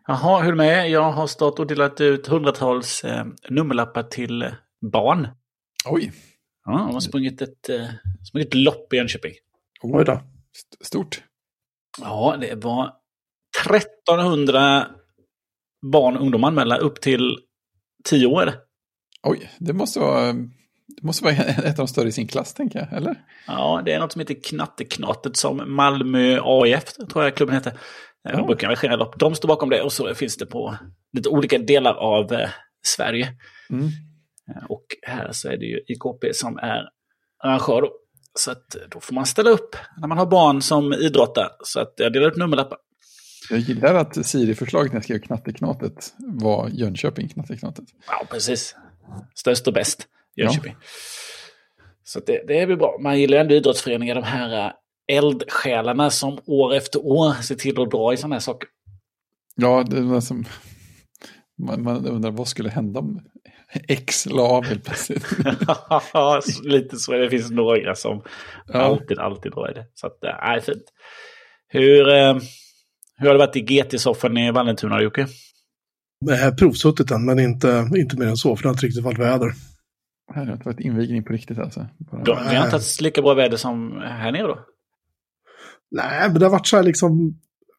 Jaha, hur är det med? Jag har stått och delat ut hundratals nummerlappar till barn. Oj. Ja, de har sprungit ett lopp i Jönköping. Oj då. Stort. Ja, det var 1300 barn och ungdomar anmälda upp till 10 år. Oj, det måste vara ett av de större i sin klass, tänker jag, eller? Ja, det är något som heter Knatteknatet som Malmö AIF, tror jag klubben heter. De brukar arrangera lopp. De står bakom det och så finns det på lite olika delar av Sverige. Mm. Och här så är det ju IKP som är arrangör då. Så att då får man ställa upp när man har barn som idrottar. Så att jag delar upp nummerlappar. Jag gillar att Siri-förslaget när jag skrev Knatteknatet var Jönköping Knatteknatet. Ja, precis. Störst och bäst Jönköping. Ja. Så att det blir bra. Man gillar ändå idrottsföreningar, de här eldsjälarna som år efter år ser till att dra i sådana här saker. Ja, det var som... Man undrar vad skulle hända om X la av helt plötsligt. Lite så. Det finns några som alltid drar i det. Så att det är fint. Hur har det varit i GT-soffan i Vallentuna, Jocke? Jag har provsuttit den, men inte mer än så, för det har inte riktigt varit väder. Det har inte varit invigning på riktigt alltså. Vi har inte haft lika bra väder som här nere då? Nej, men det har varit så här liksom...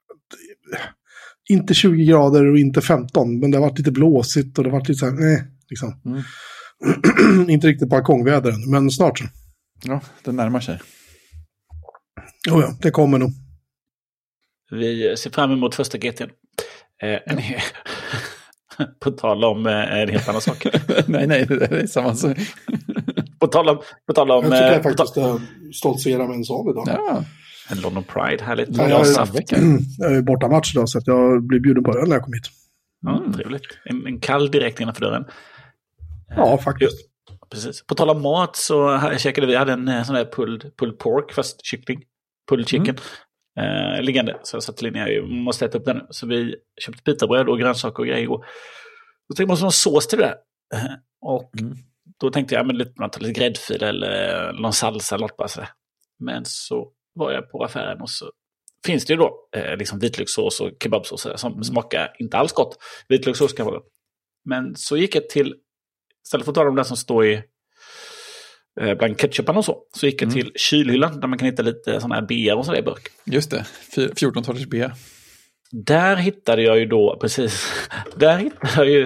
Inte 20 grader och inte 15, men det har varit lite blåsigt och det har varit lite så här, liksom. Inte riktigt balkongväder än, men snart så. Ja, det närmar sig. Ja, det kommer nog. Vi ser fram emot första GT:n. På tal om en helt annan sak. nej, det är samma sak. På tal om... Jag tycker jag faktiskt stoltserar med en sån idag. Ja. En London Pride, härligt. Jag är borta match idag så att jag blir bjuden på öl när jag kom hit. Trevligt. En kall direkt innanför dörren. Ja, faktiskt. Precis. På tal om mat så käkade vi hade en sån här pulled pork, fast kyckling. Pulled chicken. Liggande. Så jag sa till Linja, jag måste äta upp den. Så vi köpte pitabröd och grönsaker och grejer. Då tänkte man ha sås till det där. Och då tänkte jag, man tar lite gräddfil eller någon salsa eller något bara sådär. Men så var jag på affären och så finns det ju då liksom vitlökssås och kebabsås som smakar inte alls gott. Vitlökssås kan vara gott. Men så gick jag till, istället för att ta de där som står i bland ketchupen och så gick jag till kylhyllan där man kan hitta lite sådana här beer och sådär i burk. Just det, 14-talers beer. Där hittade jag ju då, där hittade jag ju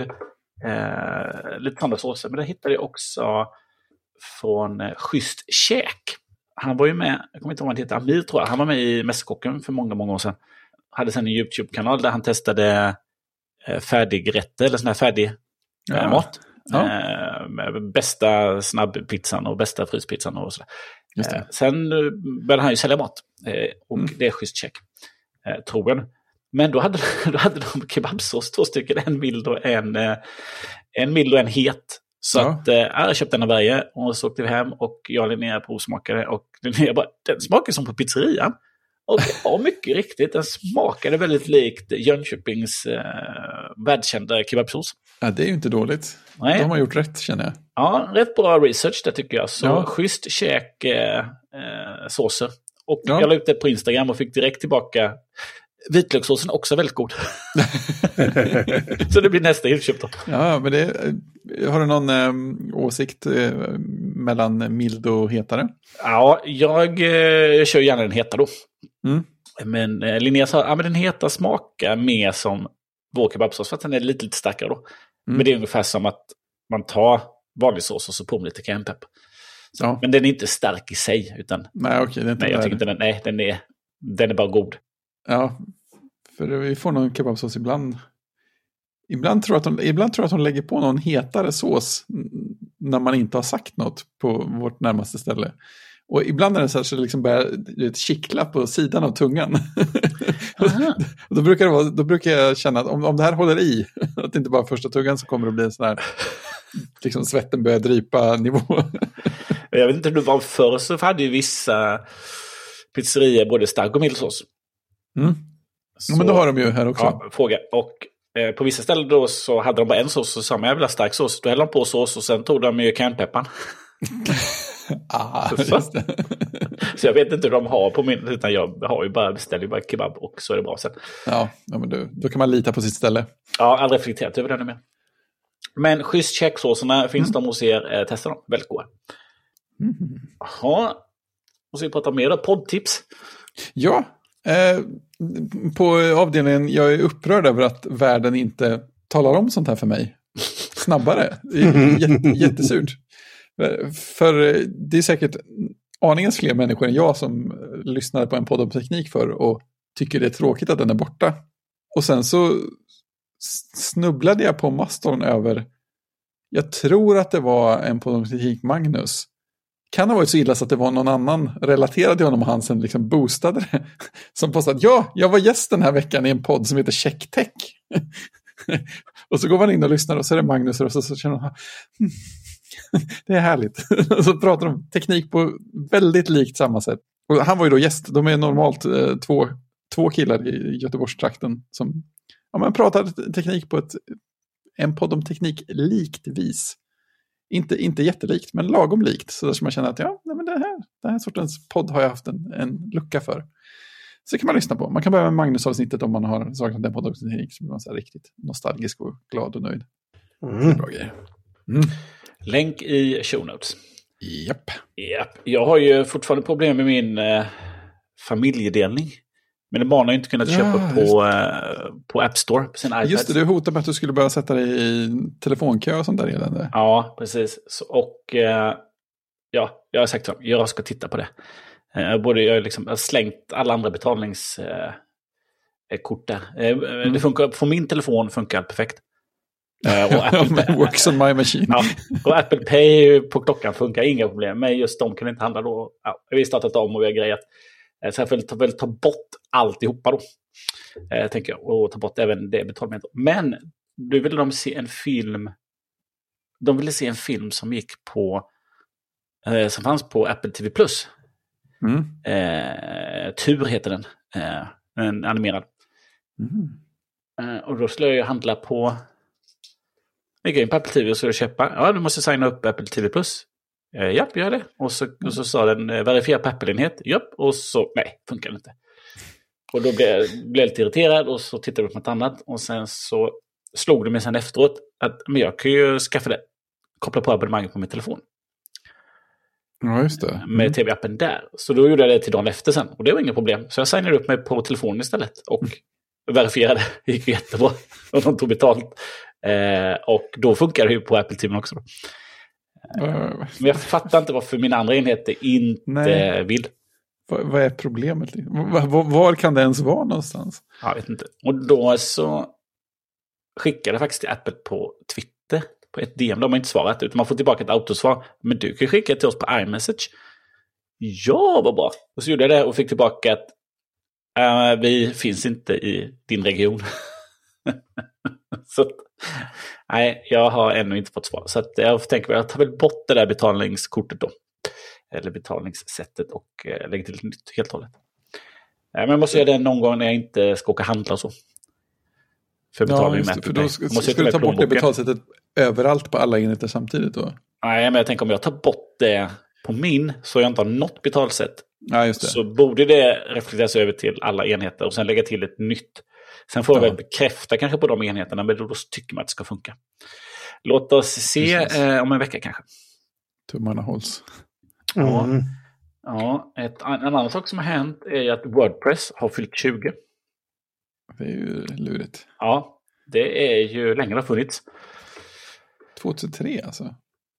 lite andra såser, men där hittade jag också från Schysst Käk. Han var ju med, jag kommer inte ihåg vad han heter, Amir tror jag. Han var med i Mästerkocken för många år sedan. Hade sen en YouTube-kanal där han testade färdigrätter eller sån här färdig mat. Med bästa snabbpizzan och bästa fryspizzan och sådär. Sen började han ju sälja mat. Och det är Schysst Käk. Tror jag. Men då hade de kebabsås, 2 stycken, en mild och en het. Så att jag köpte en av varje och så åkte vi hem och jag och Linnea provsmakade och Linnea bara, den smakade som på pizzerian. Och ja, mycket riktigt, den smakade väldigt likt Jönköpings världskända kebabsås. Ja, det är ju inte dåligt. Nej. De har gjort rätt, känner jag. Ja, rätt bra research det tycker jag. Så Schysst Käk såser. Och jag la ut det på Instagram och fick direkt tillbaka vitlökssåsen också väldigt god. Så det blir nästa inköp då. Ja, men har du någon åsikt mellan mild och hetare? Ja, jag kör gärna den heta då. Men Linnea sa att den heta smakar mer som vår kebabsås för att den är lite starkare då. Men det är ungefär som att man tar vanlig sås och så på med lite cayennepeppar. Men den är inte stark i sig utan jag tycker inte den är bara god. Ja, för vi får någon kebabsås ibland. Ibland tror jag att hon lägger på någon hetare sås när man inte har sagt något på vårt närmaste ställe. Och ibland är det så att det liksom börjar kittla på sidan av tungan. Då brukar jag känna att om det här håller i, att det inte bara första tungan så kommer det bli en sån här liksom svetten börjar drypa nivå. Jag vet inte hur det var förr, så hade ju vissa pizzerier både stark och mild sås. Så, men då har de ju här också. Ja, fråga. Och på vissa ställen då så hade de bara en sås och sa man jag vill ha stark sås. Då hällde de på sås och sen tog de ju cayennepeppar. Just det. Så jag vet inte hur de har på min, utan jag har ju beställer bara kebab och så är det bra sen. Ja men då kan man lita på sitt ställe. Ja, aldrig reflekterat över det mer. Men schysst käksåserna finns de hos er. Testa dem, väldigt goda. Jaha, och så vi pratar mer om poddtips. Ja, på avdelningen, jag är upprörd över att världen inte talar om sånt här för mig snabbare. Jättesurt. För det är säkert aningens fler människor än jag som lyssnade på en podd om teknik för och tycker det är tråkigt att den är borta. Och sen så snubblade jag på Mastodon över, jag tror att det var en podd om teknik, Magnus. Kan ha varit så illa så att det var någon annan relaterad till honom och han sen liksom boostade det. Som påstod att jag var gäst den här veckan i en podd som heter Checktech. Och så går man in och lyssnar och så är det Magnus och så känner man det är härligt. Och så pratar de teknik på väldigt likt samma sätt. Och han var ju då gäst. De är normalt två killar i Göteborgstrakten som pratar teknik på en podd om teknik likt vis. Inte jättelikt, men lagom likt. Så där man känner att men den här sortens podd har jag haft en lucka för. Så kan man lyssna på. Man kan börja med Magnus-avsnittet om man har saknat den podden om teknik. Så blir man så här riktigt nostalgisk och glad och nöjd. Bra grejer. Länk i show notes. Japp. Jag har ju fortfarande problem med min familjedelning. Men barnen har inte kunnat köpa på App Store på sina iPads. Just det, du hotade med att du skulle börja sätta dig i telefonkö och sånt där elände. Ja, precis. Jag har sagt att jag ska titta på det. Jag har slängt alla andra betalningskort där. Det funkar, på min telefon funkar allt perfekt. Och Apple works on my machine. Ja, och Apple Pay på klockan funkar, inga problem. Men just de kan inte handla då. Ja, vi har startat om och vi har grejat. Så jag vill ta bort alltihopa då. Tänker jag. Och ta bort även det betalningen. Men du ville de se en film. De ville se en film som gick på som fanns på Apple TV+. Tur heter den. En animerad. Och då skulle jag handla på. Jag gick in på Apple TV och skulle köpa. Ja, du måste signa upp Apple TV+. Japp, gör det. Och så sa den verifiera på Apple-enhet. Japp, och så nej, funkar det inte. Och då blev jag lite irriterad och så tittade jag på något annat. Och sen så slog det mig sen efteråt att men jag kan ju skaffa det. Koppla på abonnemanget på min telefon. Ja, just det. Med TV-appen där. Så då gjorde jag det till dagen efter sen. Och det var inga problem. Så jag signade upp mig på telefonen istället. Och verifierade. Det gick jättebra. Och de tog betalt. Och då funkar det ju på Apple TV också. Men jag fattar inte varför mina andra enheter inte vill. Vad är problemet? Var kan det ens vara någonstans? Jag vet inte. Och då så skickade jag faktiskt till Apple på Twitter. På ett DM. De har inte svarat. Utan man får tillbaka ett autosvar. Men du kan skicka till oss på iMessage. Ja, vad bra. Och så gjorde jag det och fick tillbaka att vi finns inte i din region. Så nej, jag har ännu inte fått svar. Så att jag tänker att jag tar väl bort det där betalningskortet då. Eller betalningssättet och lägger till ett nytt helt och hållet. Men jag måste göra det någon gång när jag inte ska åka handla och så. För betalning med för då ska du ta bort det betalsättet överallt på alla enheter samtidigt då? Nej, men jag tänker om jag tar bort det på min så jag inte har något betalsätt. Ja, just det. Så borde det reflekteras över till alla enheter och sen lägga till ett nytt. Sen får jag väl bekräfta kanske på de enheterna, men då tycker man att det ska funka. Låt oss se om en vecka kanske. Tummarna hålls. Ja, en annan sak som har hänt är att WordPress har fyllt 20. Det är ju lurigt. Ja, det är ju längre har funnits. 2003 alltså.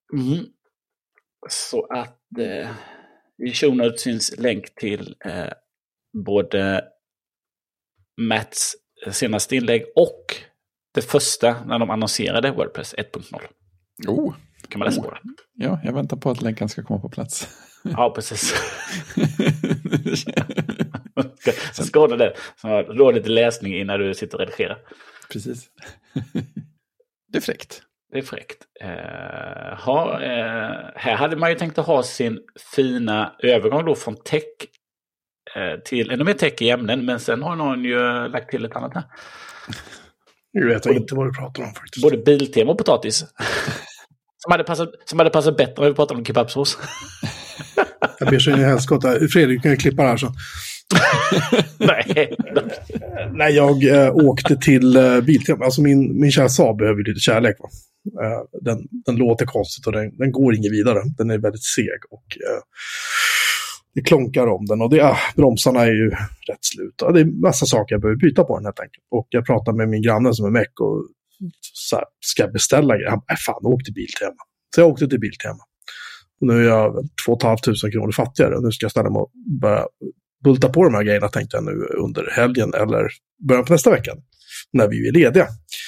Så att i show notes syns länk till både Matts senaste inlägg och det första när de annonserade WordPress 1.0. Kan man läsa på det? Ja, jag väntar på att länken ska komma på plats. Ja, precis. Skåda det. Så då lite läsning innan du sitter och redigerar. Precis. Det är fräckt. Det är fräckt. Här hade man ju tänkt att ha sin fina övergång då från tech till ännu mer tech i ämnen, men sen har någon ju lagt till ett annat här. Jag vet inte vad du pratar om faktiskt. Både biltema och potatis. Som hade passat bättre om vi pratade om kebabsås. Jag ber så in i helskotta. Fredrik, kan jag klippa det här så? Nej. Nej, jag åkte till Biltema. Alltså min kära Saab behöver lite kärlek. Va? Den låter konstigt och den går inget vidare. Den är väldigt seg och det klonkar om den. Och bromsarna är ju rätt slut. Ja, det är massa saker jag behöver byta på den helt enkelt. Och jag pratade med min granne som är meck och så här, ska jag beställa grejer? Han bara, fan, åk till Biltema. Så jag åkte till Biltema. Och nu är jag 2 500 kronor fattigare. Och nu ska jag ställa mig och börja bulta på de här grejerna, tänkte jag nu under helgen eller början på nästa vecka när vi är lediga.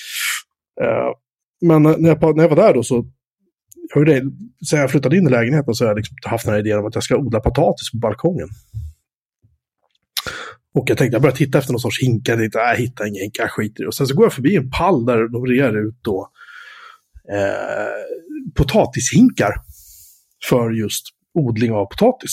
Men när jag var där då så sen jag flyttade in i lägenheten så har jag liksom haft den här idén om att jag ska odla potatis på balkongen. Och jag tänkte jag började titta efter någon sorts hinkar. Jag tänkte jag hittar ingen hinkar, jag skiter i. Och sen så går jag förbi en pall där de rear ut då potatishinkar för just odling av potatis.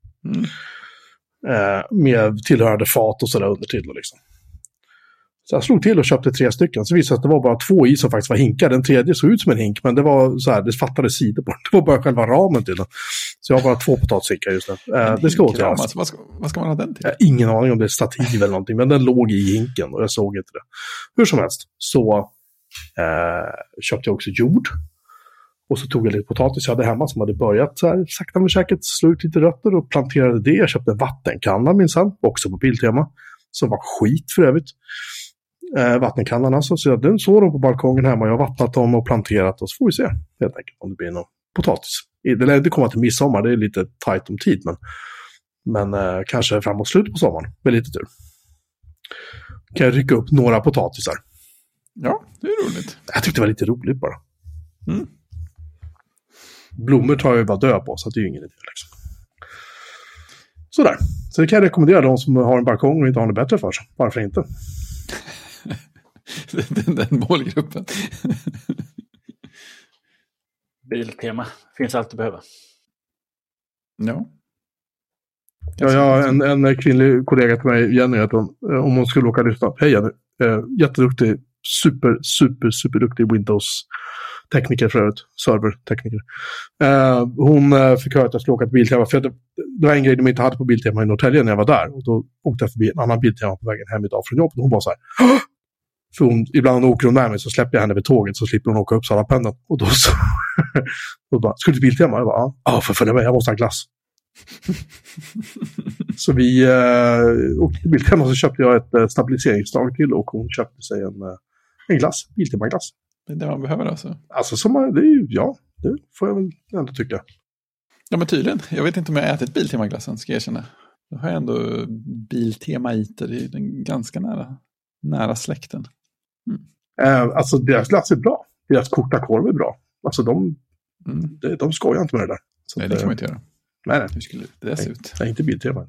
Med tillhörande fat och sådär under till liksom. Så jag slog till och köpte 3 stycken. Så visade att det var bara 2 i som faktiskt var hinkar. Den tredje såg ut som en hink, men det var så här, det fattade sidor på den. Det var bara själva ramen till den. Så jag har bara 2 potatishinkar just nu. Det ska åtgärdas. Alltså, vad ska man ha den till? Ingen aning om det är stativ eller någonting, men den låg i hinken och jag såg inte det. Hur som helst så köpte jag också jord. Och så tog jag lite potatis jag hade hemma som hade börjat så här, sakta men säkert slå ut lite rötter och planterade det. Jag köpte en vattenkanna minsann, också på Biltema. Som var skit för övrigt. Vattenkannan alltså. Så den såg de på balkongen hemma. Jag har vattnat dem och planterat och så får vi se helt enkelt om det blir någon potatis. Det lär inte komma till midsommar, det är lite tajt om tid. Men kanske framåt slut på sommaren med lite tur. Kan jag rycka upp några potatisar. Ja, det är roligt. Jag tyckte det var lite roligt bara. Blommor tar jag ju bara dö på, så det är ju ingen idé liksom. Sådär. Så det kan jag rekommendera de som har en balkong och inte har det bättre för sig. Varför inte? den målgruppen. Biltema. Finns allt du behöver. Ja. Ja, jag har en kvinnlig kollega till mig, Jenny, att om hon skulle åka och lyssna. Hej Jenny. Jätteduktig, superduktig Windows-tekniker för övrigt. Server-tekniker. Hon fick höra att jag skulle åka till Biltema. För det var en grej de inte hade på Biltema i Norrtälje när jag var där. Och då åkte jag förbi en annan Biltema på vägen hem idag från jobbet. Och hon var så här... Hå! För ibland åker hon med mig så släpper jag henne vid tåget så slipper hon åka upp Salapendeln. Och då så... och bara, ska du till Biltema? Jag bara, ja, för följa med, jag måste ha glass. Så vi åkte till Biltema och så köpte jag ett stabiliseringsslag till och hon köpte sig en glass, Biltema-glass. Det är det man behöver alltså? Alltså, det är ju, ja, det får jag väl ändå tycka. Ja, men tydligen. Jag vet inte om jag har ätit Biltema-glassen, ska jag erkänna. Då har jag ändå Biltema-iter, det är den ganska nära släkten. Alltså, deras glass är bra. Deras kokta korv är bra. Alltså, de skojar inte med det där. Så nej, det kan man inte göra. Nej. Hur skulle det se ut? Det är inte Biltema.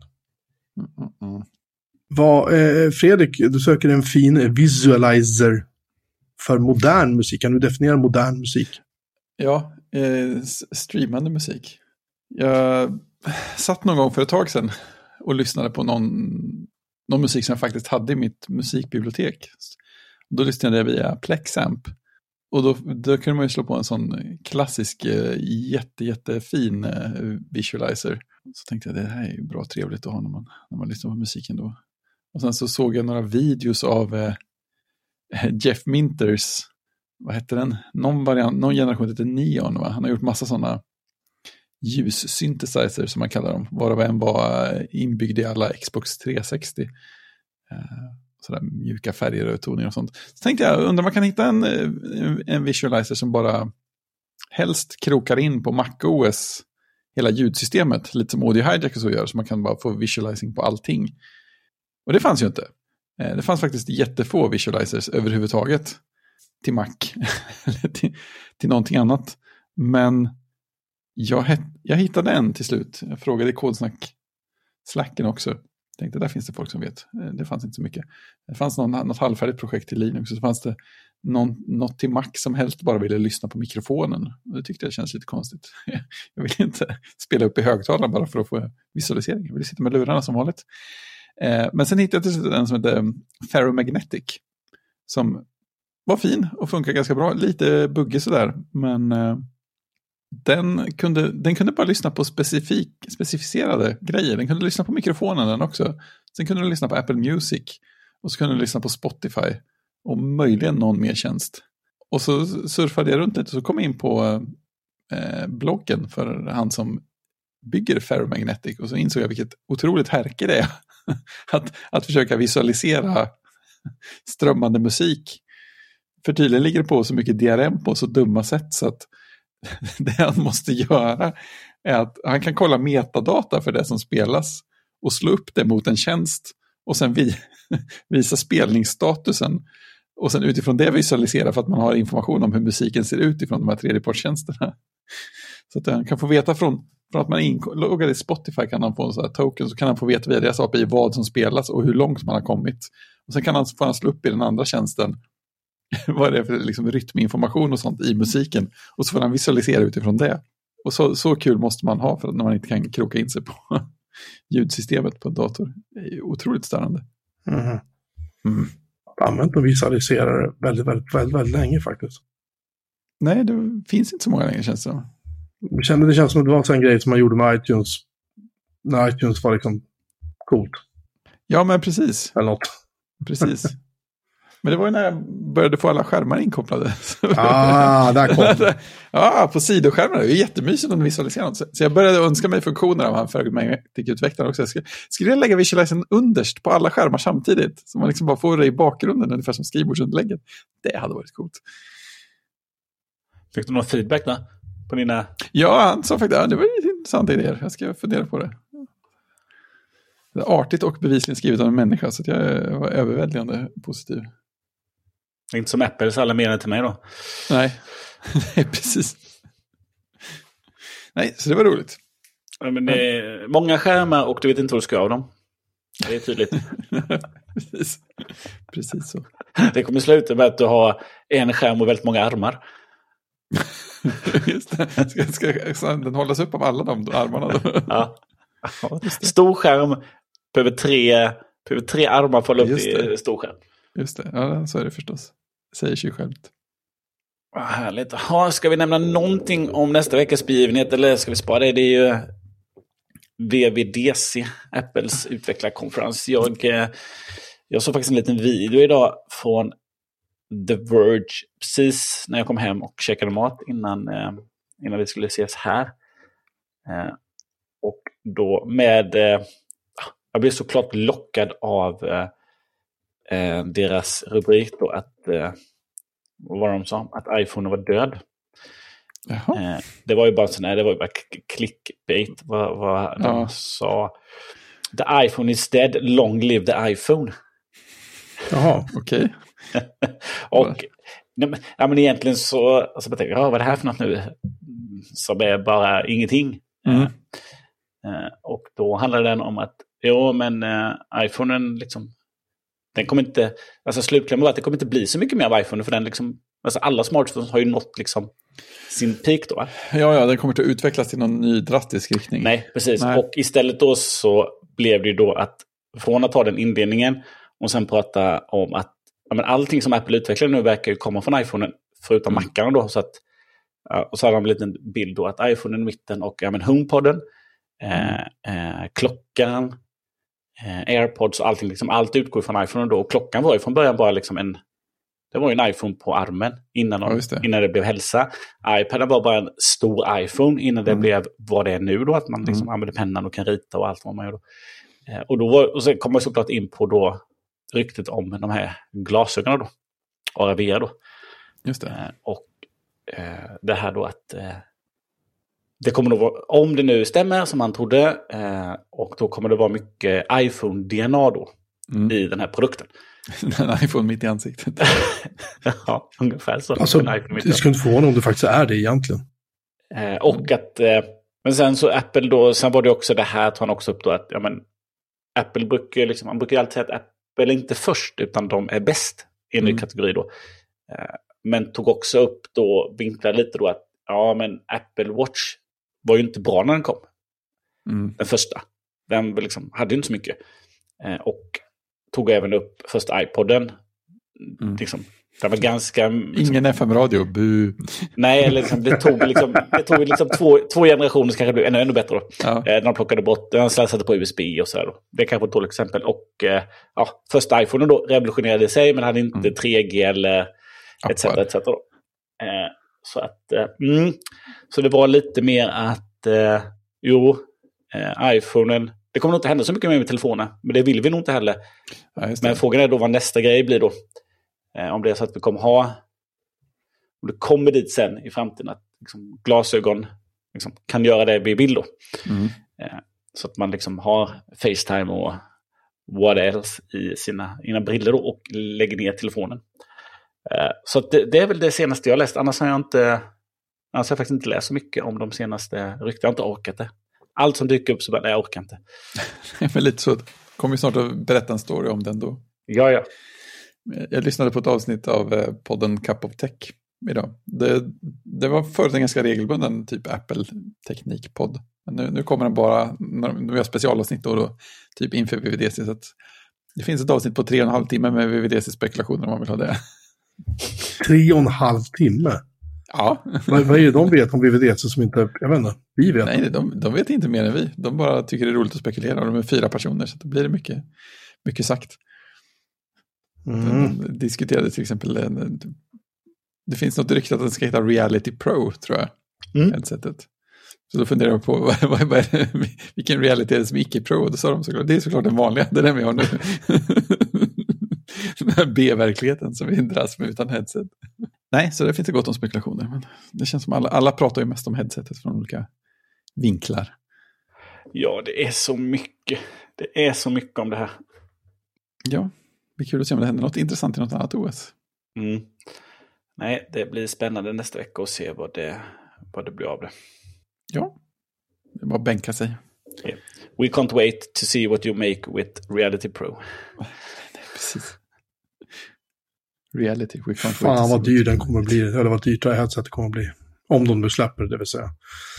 Fredrik, du söker en fin visualizer för modern musik. Kan du definiera modern musik? Ja, streamande musik. Jag satt någon gång för ett tag sedan och lyssnade på någon musik som jag faktiskt hade i mitt musikbibliotek. Då lyssnade jag via Plexamp. Och då kunde man ju slå på en sån klassisk jättefin visualizer. Så tänkte jag, det här är ju bra trevligt att ha när man lyssnar på musiken då. Och sen så såg jag några videos av Jeff Minters, vad heter den? Någon generation heter Neon, va? Han har gjort massa sådana ljussynthesizer som man kallar dem. Varav en var inbyggd i alla Xbox 360. Sådär mjuka färger och toner och sånt. Så tänkte jag, undrar om man kan hitta en visualizer som bara helst krokar in på macOS hela ljudsystemet. Lite som Audio Hijack och så gör, så man kan bara få visualizing på allting. Och det fanns ju inte. Det fanns faktiskt jättefå visualizers överhuvudtaget till Mac. Eller till någonting annat. Men jag hittade en till slut. Jag frågade i Kodsnack-slacken också. Tänkte, där finns det folk som vet. Det fanns inte så mycket. Det fanns något halvfärdigt projekt till Linux. Och så fanns det något till Mac som helst bara ville lyssna på mikrofonen. Och det tyckte jag känns lite konstigt. Jag vill inte spela upp i högtalaren bara för att få visualisering. Jag vill sitta med lurarna som vanligt. Men sen hittade jag till en som heter Ferromagnetic. Som var fin och funkar ganska bra. Lite buggig sådär. Men den kunde bara lyssna på specificerade grejer. Den kunde lyssna på mikrofonen den också. Sen kunde den lyssna på Apple Music. Och så kunde den lyssna på Spotify. Och möjligen någon mer tjänst. Och så surfade jag runt lite och så kom jag in på bloggen för han som bygger Ferromagnetic. Och så insåg jag vilket otroligt härke det är. att försöka visualisera strömmande musik. För tydligen ligger det på så mycket DRM på så dumma sätt så att det han måste göra är att han kan kolla metadata för det som spelas och slå upp det mot en tjänst och sen visa spelningsstatusen och sen utifrån det visualisera för att man har information om hur musiken ser ut ifrån de här tredjepartstjänsterna. Så att han kan få veta från att man är inloggad i Spotify kan han få en sån här token så kan han få veta via deras API vad som spelas och hur långt man har kommit. Och sen kan han slå upp i den andra tjänsten vad det är för liksom rytminformation och sånt i musiken. Och så får han visualisera utifrån det. Och så kul måste man ha för att när man inte kan kroka in sig på ljudsystemet på en dator. Det är otroligt störande. Jag har använt och visualiserar väldigt, väldigt, väldigt, väldigt länge faktiskt. Nej, det finns inte så många längre känns det. Det känns som att det var en sån grej som man gjorde med iTunes. När iTunes var liksom coolt. Ja, men precis. Eller något. Precis. Men det var ju när jag började få alla skärmar inkopplade. Där kom det. Ja, på sidoskärmarna. Det är jättemysigt att visualisera något. Så jag började önska mig funktioner av han Ferromagnetic-utvecklaren också. Skulle jag lägga visualiseringen underst på alla skärmar samtidigt? Så man liksom bara får det i bakgrunden ungefär som skrivbordsunderlägget. Det hade varit coolt. Fick du någon feedback då? På dina... Ja, han sa faktiskt det var en intressant idé. Jag ska fundera på det. Det är artigt och bevisligen skrivet av en människa så att jag var överväldigande positiv. Inte som Apples alla menar till mig då. Nej, precis. Nej, så det var roligt. Ja, men det är många skärmar och du vet inte vad du ska av dem. Det är tydligt. Precis så. Det kommer sluta med att du har en skärm och väldigt många armar. Just det. Ska den hållas upp av alla de armarna då? Ja. Stor skärm behöver tre armar för att hålla upp i stor skärm. Just det, ja så är det förstås. Säger sig självt. Vad härligt. Ska vi nämna någonting om nästa veckas begivenhet eller ska vi spara det? Det är ju WWDC, Apples utvecklarkonferens. Jag såg faktiskt en liten video idag från The Verge precis när jag kom hem och käkade mat innan vi skulle ses här. Och då jag blev såklart lockad av deras rubrik då att vad var de sa? Att iPhone var död. Det var ju bara det var ju bara clickbait vad de sa. The iPhone is dead, long live the iPhone. Jaha, okej. Och men egentligen så alltså, vad är det här för något nu? Som är bara ingenting. Och då handlar den om att iPhonen liksom den kommer inte, alltså slutklämmen var att det kommer inte bli så mycket mer av iPhone för den liksom, alltså alla smartphones har ju nått liksom sin peak då. Ja, den kommer inte att utvecklas till någon ny drastisk riktning. Nej, precis. Nej. Och istället då så blev det ju då att från att ta den indelningen och sen prata om att allting som Apple utvecklar nu verkar ju komma från iPhonen förutom Macarna då så att och så har de en liten bild då att iPhonen i mitten och HomePodden klockan AirPods och allting liksom, allt utgår från iPhone då och klockan var ju från början bara liksom det var ju en iPhone på armen innan det blev hälsa. iPaden var bara en stor iPhone innan det blev vad det är nu då att man liksom använder pennan och kan rita och allt vad man gör då. Och så kom man såklart in på då ryktet om de här glasögonen då. ARVR då. Just det. Och det här då att det kommer nog vara, om det nu stämmer som man trodde, och då kommer det vara mycket iPhone-DNA då i den här produkten. En iPhone mitt i ansiktet. Ja, ungefär så. Alltså, det skulle inte förvåna om det faktiskt är det egentligen. Och att, men sen så Apple då, sen var det också det här, tar han också upp då att, Apple brukar liksom, man brukar alltid säga att Apple är inte först, utan de är bäst i en ny kategori då. Men tog också upp då, vinklade lite då att, men Apple Watch var ju inte bra när den kom. Den första. Den liksom hade ju inte så mycket. Och tog även upp första iPoden. Liksom, Det var ganska... Ingen FM-radio, bu. Nej, liksom, det tog två generationer så kanske det blev ännu bättre då. Ja. När de plockade bort, de satte på USB och så här då. Det är kanske ett dåligt exempel. Och första iPhone då revolutionerade sig, men hade inte 3G eller etc. då. Så det var lite mer att iPhonen, det kommer nog inte hända så mycket med telefonen, men det vill vi nog inte heller. Ja, men frågan är då vad nästa grej blir då. Om det är så att vi kommer ha, om det kommer dit sen i framtiden att liksom, glasögon liksom, kan göra det vi vill då. Så att man liksom har FaceTime och what else i sina briller då, och lägger ner telefonen. Så att det är väl det senaste jag läst. Annars har jag faktiskt inte läst så mycket om de senaste rykten. Jag har inte orkat det. Allt som dyker upp så bara, nej, jag orkar inte. Men lite så, kommer vi snart att berätta en story om den då. Ja. Jag lyssnade på ett avsnitt av podden Cup of Tech idag. Det var förut en ganska regelbunden typ Apple-teknikpodd. Men nu kommer den bara, nu är jag specialavsnitt då typ inför VVDC. Så att det finns ett avsnitt på 3,5 timmar med VVDC-spekulationer om man vill ha det. 3,5 timmar? Ja. Vad är det de vet om VVDC som inte, jag vet inte, vi vet? Nej, de vet inte mer än vi. De bara tycker det är roligt att spekulera och de är 4 personer så det blir det mycket sagt. De diskuterade till exempel det finns något rykte att den ska heta Reality Pro, tror jag. Headsetet. Så då funderar jag på vilken reality är det som är icke-pro? Och då sa de såklart, det är såklart den vanliga, det är den vi har nu. Den här B-verkligheten som vi dras med utan headset. Nej, så det finns det gott om spekulationer. Men det känns som alla pratar ju mest om headsetet från olika vinklar. Ja, det är så mycket. Det är så mycket om det här. Ja, det blir kul att se om det händer något intressant i något annat OS. Nej, det blir spännande nästa vecka att se vad det blir av det. Ja, det är bara att bänka sig. Yeah. We can't wait to see what you make with Reality Pro. Precis. Reality, we can't Fan wait. vad dyr den kommer att bli, eller vad dyrt det här headsetet kommer att bli. Om de nu släpper det, vill säga.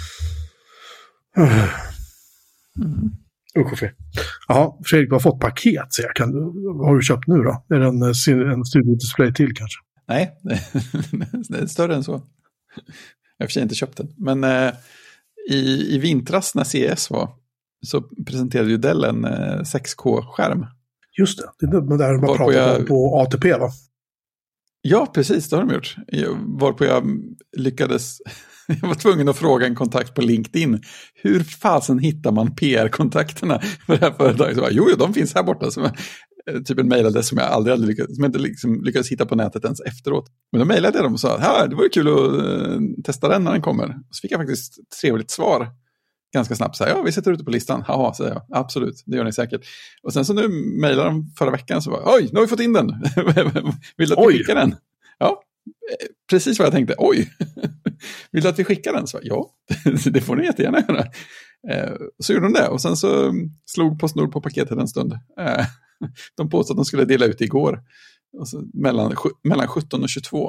Usch och fy. Jaha, Fredrik, du har fått paket, så har du köpt nu då? Är det en studiodisplay till kanske? Nej, det är större än så. Jag har för sig inte köpt den. Men i vintras när CES var så presenterade ju Dell en 6K-skärm. Just det är där man pratar på ATP, va? Ja, precis, det har de gjort. Varpå jag lyckades... Jag var tvungen att fråga en kontakt på LinkedIn. Hur fasen hittar man PR-kontakterna för det här företaget? Så bara, jo, de finns här borta. Som typ en mejladress som jag aldrig lyckats, som jag inte lyckades hitta på nätet ens efteråt. Men då mejlade jag dem och sa, det var ju kul att testa den när den kommer. Så fick jag faktiskt ett trevligt svar ganska snabbt. Så här, vi sätter ut det på listan. Jaha, säger jag. Absolut, det gör ni säkert. Och sen så nu mejlade de förra veckan så bara, oj, nu har vi fått in den. Vill du att vi skickar den? Ja, precis vad jag tänkte. Oj, vill du att vi skickar den? Så, ja, det får ni jättegärna göra. Så gjorde de det. Och sen så slog PostNord på paketet en stund. De påstod att de skulle dela ut igår. Och så mellan 17 och 22.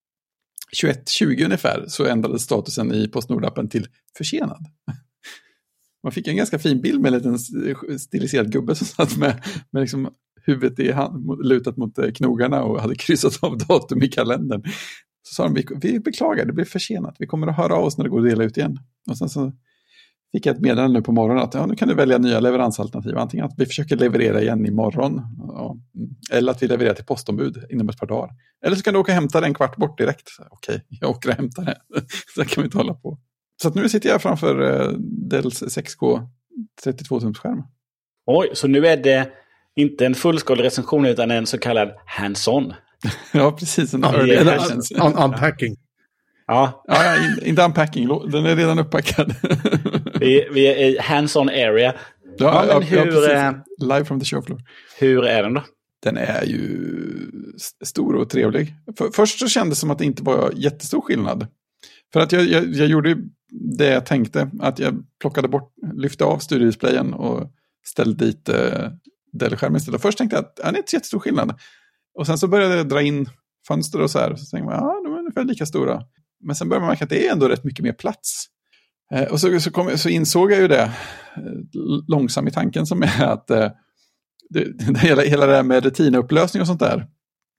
21:20 ungefär så ändrades statusen i PostNord-appen till försenad. Man fick en ganska fin bild med en liten stiliserad gubbe som satt med liksom huvudet lutat mot knogarna och hade kryssat av datum i kalendern. Så sa de, vi beklagar, det blir försenat. Vi kommer att höra av oss när det går att dela ut igen. Och sen så fick jag ett meddelande nu på morgonen att nu kan du välja nya leveransalternativ. Antingen att vi försöker leverera igen imorgon. Eller att vi levererar till postombud inom ett par dagar. Eller så kan du åka och hämta det en kvart bort direkt. Okej, jag åker och hämtar det. Så kan vi inte hålla på. Så att nu sitter jag framför Dells 6K 32-tumsskärm. Oj, så nu är det inte en fullskalig recension utan en så kallad hands-on. Ja, precis. Unpacking. Ja, inte unpacking. Den är redan upppackad. vi är i hands-on area. Ja, live from the show floor. Hur är den då? Den är ju stor och trevlig. Först så kändes det som att det inte var jättestor skillnad. För att jag gjorde det jag tänkte. Att jag lyfte av studiodisplayen och ställde dit Dell-skärmen istället. Först tänkte jag att det är inte så jättestor skillnad. Och sen så började jag dra in fönster och så här. Så tänkte man, de är ungefär lika stora. Men sen började man märka att det är ändå rätt mycket mer plats. Och så insåg jag ju det långsamt i tanken som är att hela det där med retinaupplösning och sånt där.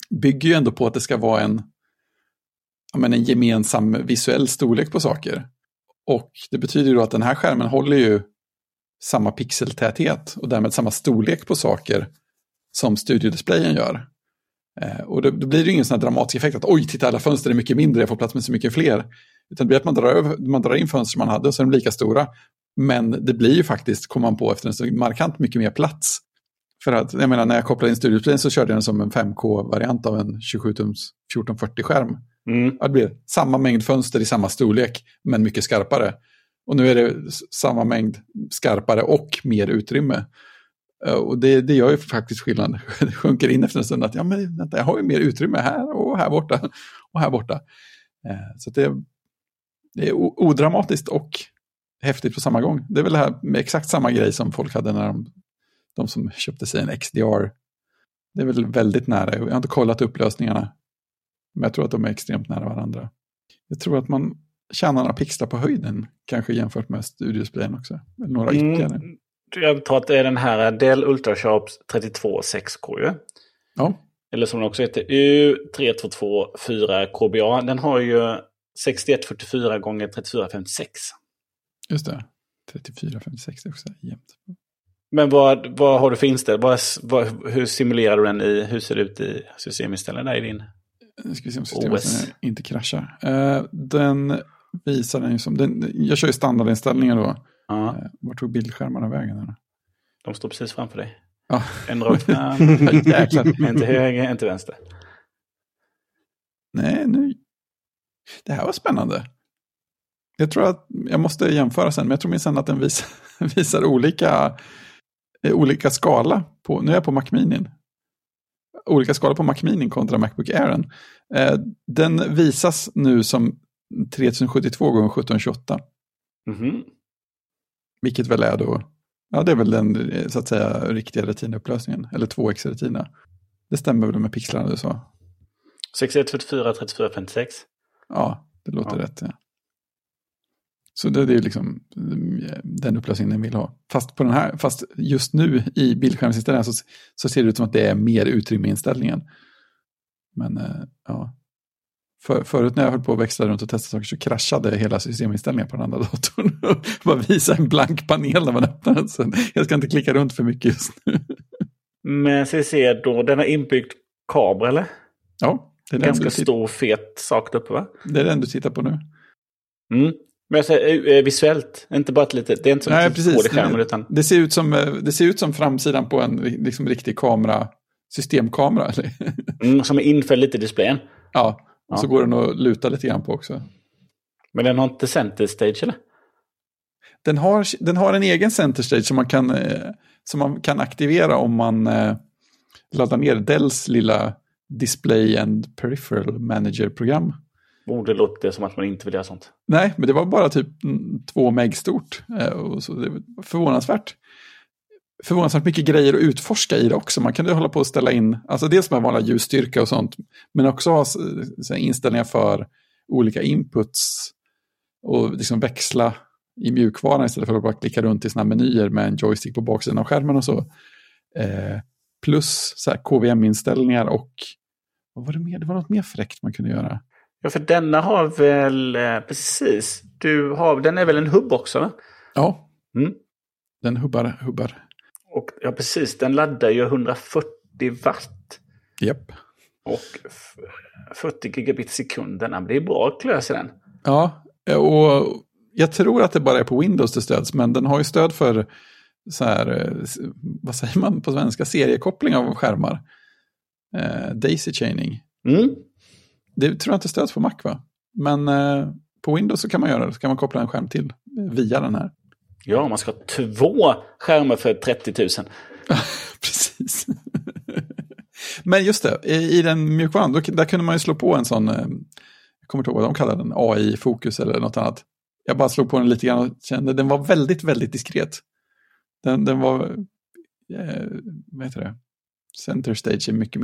bygger ju ändå på att det ska vara en gemensam visuell storlek på saker. Och det betyder ju då att den här skärmen håller ju samma pixeltäthet och därmed samma storlek på saker som studiodisplayen gör. Och då blir det ju ingen sån här dramatisk effekt att oj, titta, alla fönster är mycket mindre, jag får plats med så mycket fler. Utan det blir att man drar in fönster man hade så är de lika stora. Men det blir ju faktiskt, kommer man på efter en så markant mycket mer plats. För att, jag menar, när jag kopplade in studiodisplayen så körde jag den som en 5K-variant av en 27-tums 1440-skärm. Det blir samma mängd fönster i samma storlek, men mycket skarpare. Och nu är det samma mängd skarpare och mer utrymme. Och det gör ju faktiskt skillnad. Det sjunker in efter en stund att jag har ju mer utrymme här och här borta och här borta. Så det är odramatiskt och häftigt på samma gång. Det är väl det här med exakt samma grej som folk hade när de som köpte sig en XDR. Det är väl väldigt nära. Jag har inte kollat upplösningarna, men jag tror att de är extremt nära varandra. Jag tror att man tjänar några pixlar på höjden, kanske jämfört med studiodisplayen också. Eller några ytterligare. Jag tror att det är den här Dell UltraSharps 32.6K ju. Ja. Eller som den också heter U3224 KBA. Den har ju 6144 gånger 3456. Just det. 3456 är också jämnt. Men vad har du för inställ? Hur simulerar du den i? Hur ser det ut i systeminställningen där i din Nu ska vi se om systemet inte kraschar. Den visar den ju som... jag kör ju standardinställningar då. Var tog bildskärmarna vägen här? De står precis framför dig. Ja. En rakt Jäklar. Inte höger, inte vänster. Nej, nu... Det här var spännande. Jag tror att jag måste jämföra sen, men jag tror minst att den visar olika skala på... Nu är jag på Mac Mini. Olika skala på Mac Mini kontra Macbook Airen. Den visas nu som 3072x1728. Vilket väl är då... Ja, det är väl den, så att säga, riktiga retina-upplösningen. Eller 2x-retina. Det stämmer väl med pixlarna du sa. 6144, 3456. Ja, det låter rätt. Ja. Så det är ju liksom den upplösningen den vill ha. Fast just nu i bildskärmsinställningen så ser det ut som att det är mer utrymme i inställningen. Men ja. Förut när jag höll på att växla runt och testa saker så kraschade hela systeminställningen på den andra datorn. Bara visa en blank panel när man öppnar den. Så jag ska inte klicka runt för mycket just nu. Men se då, den har inbyggd kamera eller? Ja. Det är ganska stor fet sak uppe va? Det är den du tittar på nu. Men jag säger visuellt, inte bara ett litet, det är inte som nej, en skådeskärm utan... Det ser ut som framsidan på en liksom riktig kamera, systemkamera. Som är inför lite i displayen. Ja. Och så går den att luta lite grann på också. Men den har inte center stage eller? Den har en egen center stage som man kan aktivera om man laddar ner Dells lilla Display and Peripheral Manager-program. Det låter som att man inte vill göra sånt. Nej, men det var bara typ 2 meg stort. Och så det var förvånansvärt mycket grejer att utforska i det också. Man kan ju hålla på att ställa in, alltså dels med vanliga ljusstyrka och sånt, men också ha inställningar för olika inputs och liksom växla i mjukvaran istället för att bara klicka runt i såna här menyer med en joystick på baksidan av skärmen och så. Plus så här KVM-inställningar och vad var det mer? Det var något mer fräckt man kunde göra. Ja, för denna har väl, precis, den är väl en hubb också va? Ja, den hubbar. Och ja, precis, den laddar ju 140 watt. Japp. Och 40 gigabit sekunden, men det är bra klös i den. Ja, och jag tror att det bara är på Windows det stöds, men den har ju stöd för så här, vad säger man på svenska, seriekoppling av skärmar. Daisy chaining. Det tror jag inte stöds på Mac va? Men på Windows så kan man göra det, så kan man koppla en skärm till via den här. Ja, man ska ha 2 skärmar för 30 000. Precis. Men just det, i den mjukvaran, där kunde man ju slå på en sån, jag kommer inte ihåg vad de kallar den, AI-fokus eller något annat. Jag bara slog på den lite grann och kände, den var väldigt, väldigt diskret. Den var, vad heter det? Center stage är mycket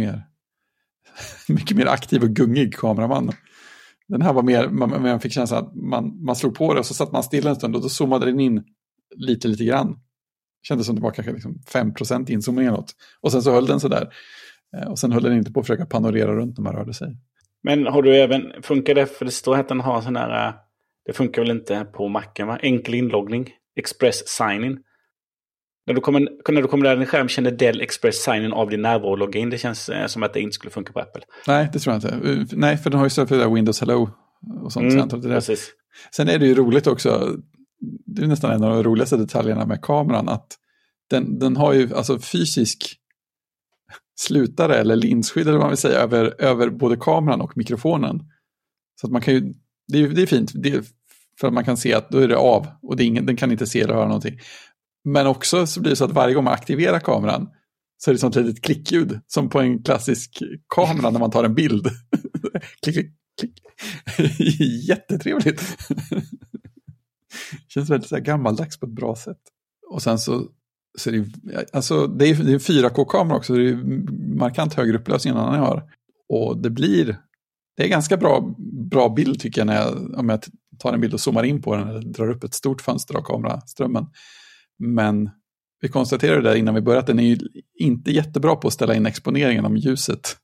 mer aktiv och gungig kameraman. Den här var mer, man fick känslan att man slog på det och så satt man stilla en stund och då zoomade den in lite grann. Kändes som det var kanske liksom 5% inzoomning eller något. Och sen så höll den så där. Och sen höll den inte på att försöka panorera runt när man rörde sig. Men har du även, funkar det, för det står att den har sån här, det funkar väl inte på Macen, va? Enkel inloggning, Express Sign-in. När du kommer där din skärm känner Dell Express Sign-in av din närvaro och logga in. Det känns som att det inte skulle funka på Apple. Nej, det tror jag inte. Nej, för den har ju stöd för det där Windows Hello och sånt. Precis. Sen är det ju roligt också, det är nästan en av de roligaste detaljerna med kameran, att den har ju alltså fysisk slutare eller linsskydd eller vad man vill säga över både kameran och mikrofonen. Så att man kan ju, det är fint, för att man kan se att då är det av och den kan inte se eller höra någonting. Men också så blir det så att varje gång man aktiverar kameran så är det som ett litet klickljud som på en klassisk kamera när man tar en bild. Klick, klick, klick. Jättetrevligt. Känns väldigt så här gammaldags på ett bra sätt. Och sen så är det, alltså det är 4K-kamera också, det är markant högre upplösning än jag har. Och det är ganska bra bild tycker jag om jag tar en bild och zoomar in på den eller drar upp ett stort fönster av kameraströmmen. Men vi konstaterade där innan vi började att den är ju inte jättebra på att ställa in exponeringen om ljuset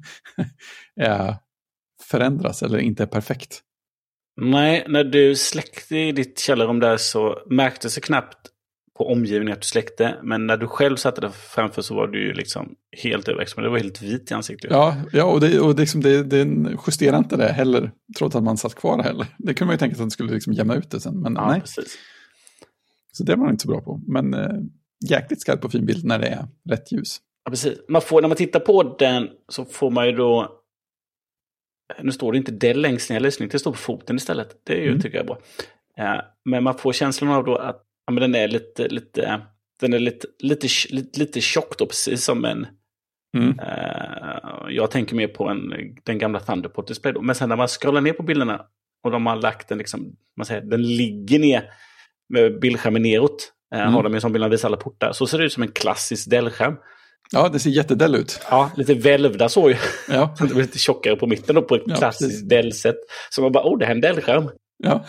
förändras eller inte är perfekt. Nej, när du släckte i ditt källarrum där så märktes det knappt på omgivningen att du släckte. Men när du själv satte det framför så var du ju liksom helt överexponerad. Det var helt vit i ansiktet. Ja, och det justerar inte det heller, trots att man satt kvar heller. Det kunde man ju tänka sig att den skulle liksom jämna ut det sen, men nej. Precis. Så det var man inte så bra på. Men jäkligt skarpt på fin bild när det är rätt ljus. Ja, precis. När man tittar på den så får man ju då... Nu står det inte Dell längst ner i lysning, det står på foten istället. Det är ju, tycker jag, bra. Men man får känslan av då att men den är lite tjock då, precis som en... jag tänker mer på den gamla Thunderport-display då. Men sen när man scrollar ner på bilderna och de har lagt den liksom, man säger, den ligger ner med bildskärmen neråt. Har de en sån bild att visa alla portar. Så ser det ut som en klassisk Dell-skärm. Ja, det ser jättedell ut. Ja, lite välvda så ju. Ja. Det blir lite tjockare på mitten då på ett klassiskt Dell-sätt. Så man bara, det här är en Dell-skärm. Ja.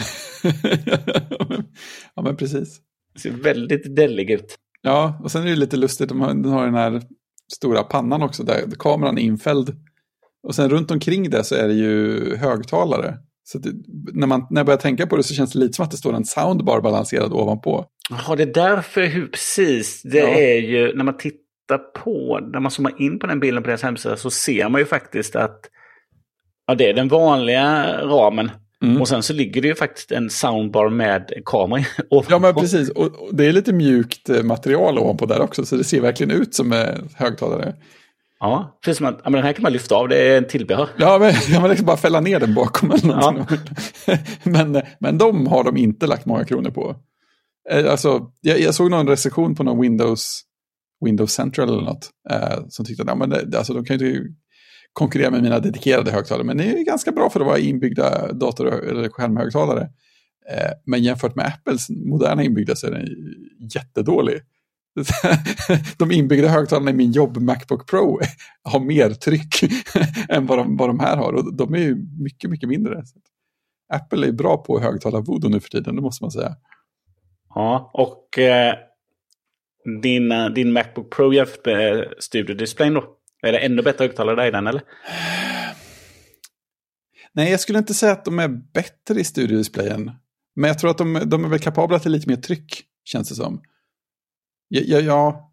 Ja, men precis. Det ser väldigt dellig ut. Ja, och sen är det lite lustigt. Den har den här stora pannan också där kameran är infälld. Och sen runt omkring det så är det ju högtalare. Så när jag börjar tänka på det så känns det lite som att det står en soundbar balanserad ovanpå. Ja, det är därför precis. Det är ju, när man tittar på, när man zoomar in på den bilden på deras hemsida så ser man ju faktiskt att det är den vanliga ramen. Och sen så ligger det ju faktiskt en soundbar med kamera ovanpå. Ja, men precis. Och det är lite mjukt material ovanpå där också, så det ser verkligen ut som högtalare. Ja, precis som att men den här kan man lyfta av, det är en tillbehör. Ja, men man liksom bara fälla ner den bakom eller någonting. Ja. Men de har de inte lagt många kronor på. Alltså, jag såg någon recension på någon Windows Central eller något som tyckte att alltså, de kan ju inte konkurrera med mina dedikerade högtalare, men det är ganska bra för att vara inbyggda dator- eller skärmhögtalare. Men jämfört med Apples moderna inbyggda så är den jättedålig. De inbyggda högtalarna i min jobb Macbook Pro har mer tryck än vad de här har, och de är ju mycket, mycket mindre. Apple är bra på högtalarvoodoo nu för tiden, det måste man säga. Ja, och din Macbook Pro jämfört med studiodisplayen då? Är det ännu bättre högtalare där i den, eller? Nej, jag skulle inte säga att de är bättre i studiodisplayen. Men jag tror att de är väl kapabla till lite mer tryck, känns det som. Ja.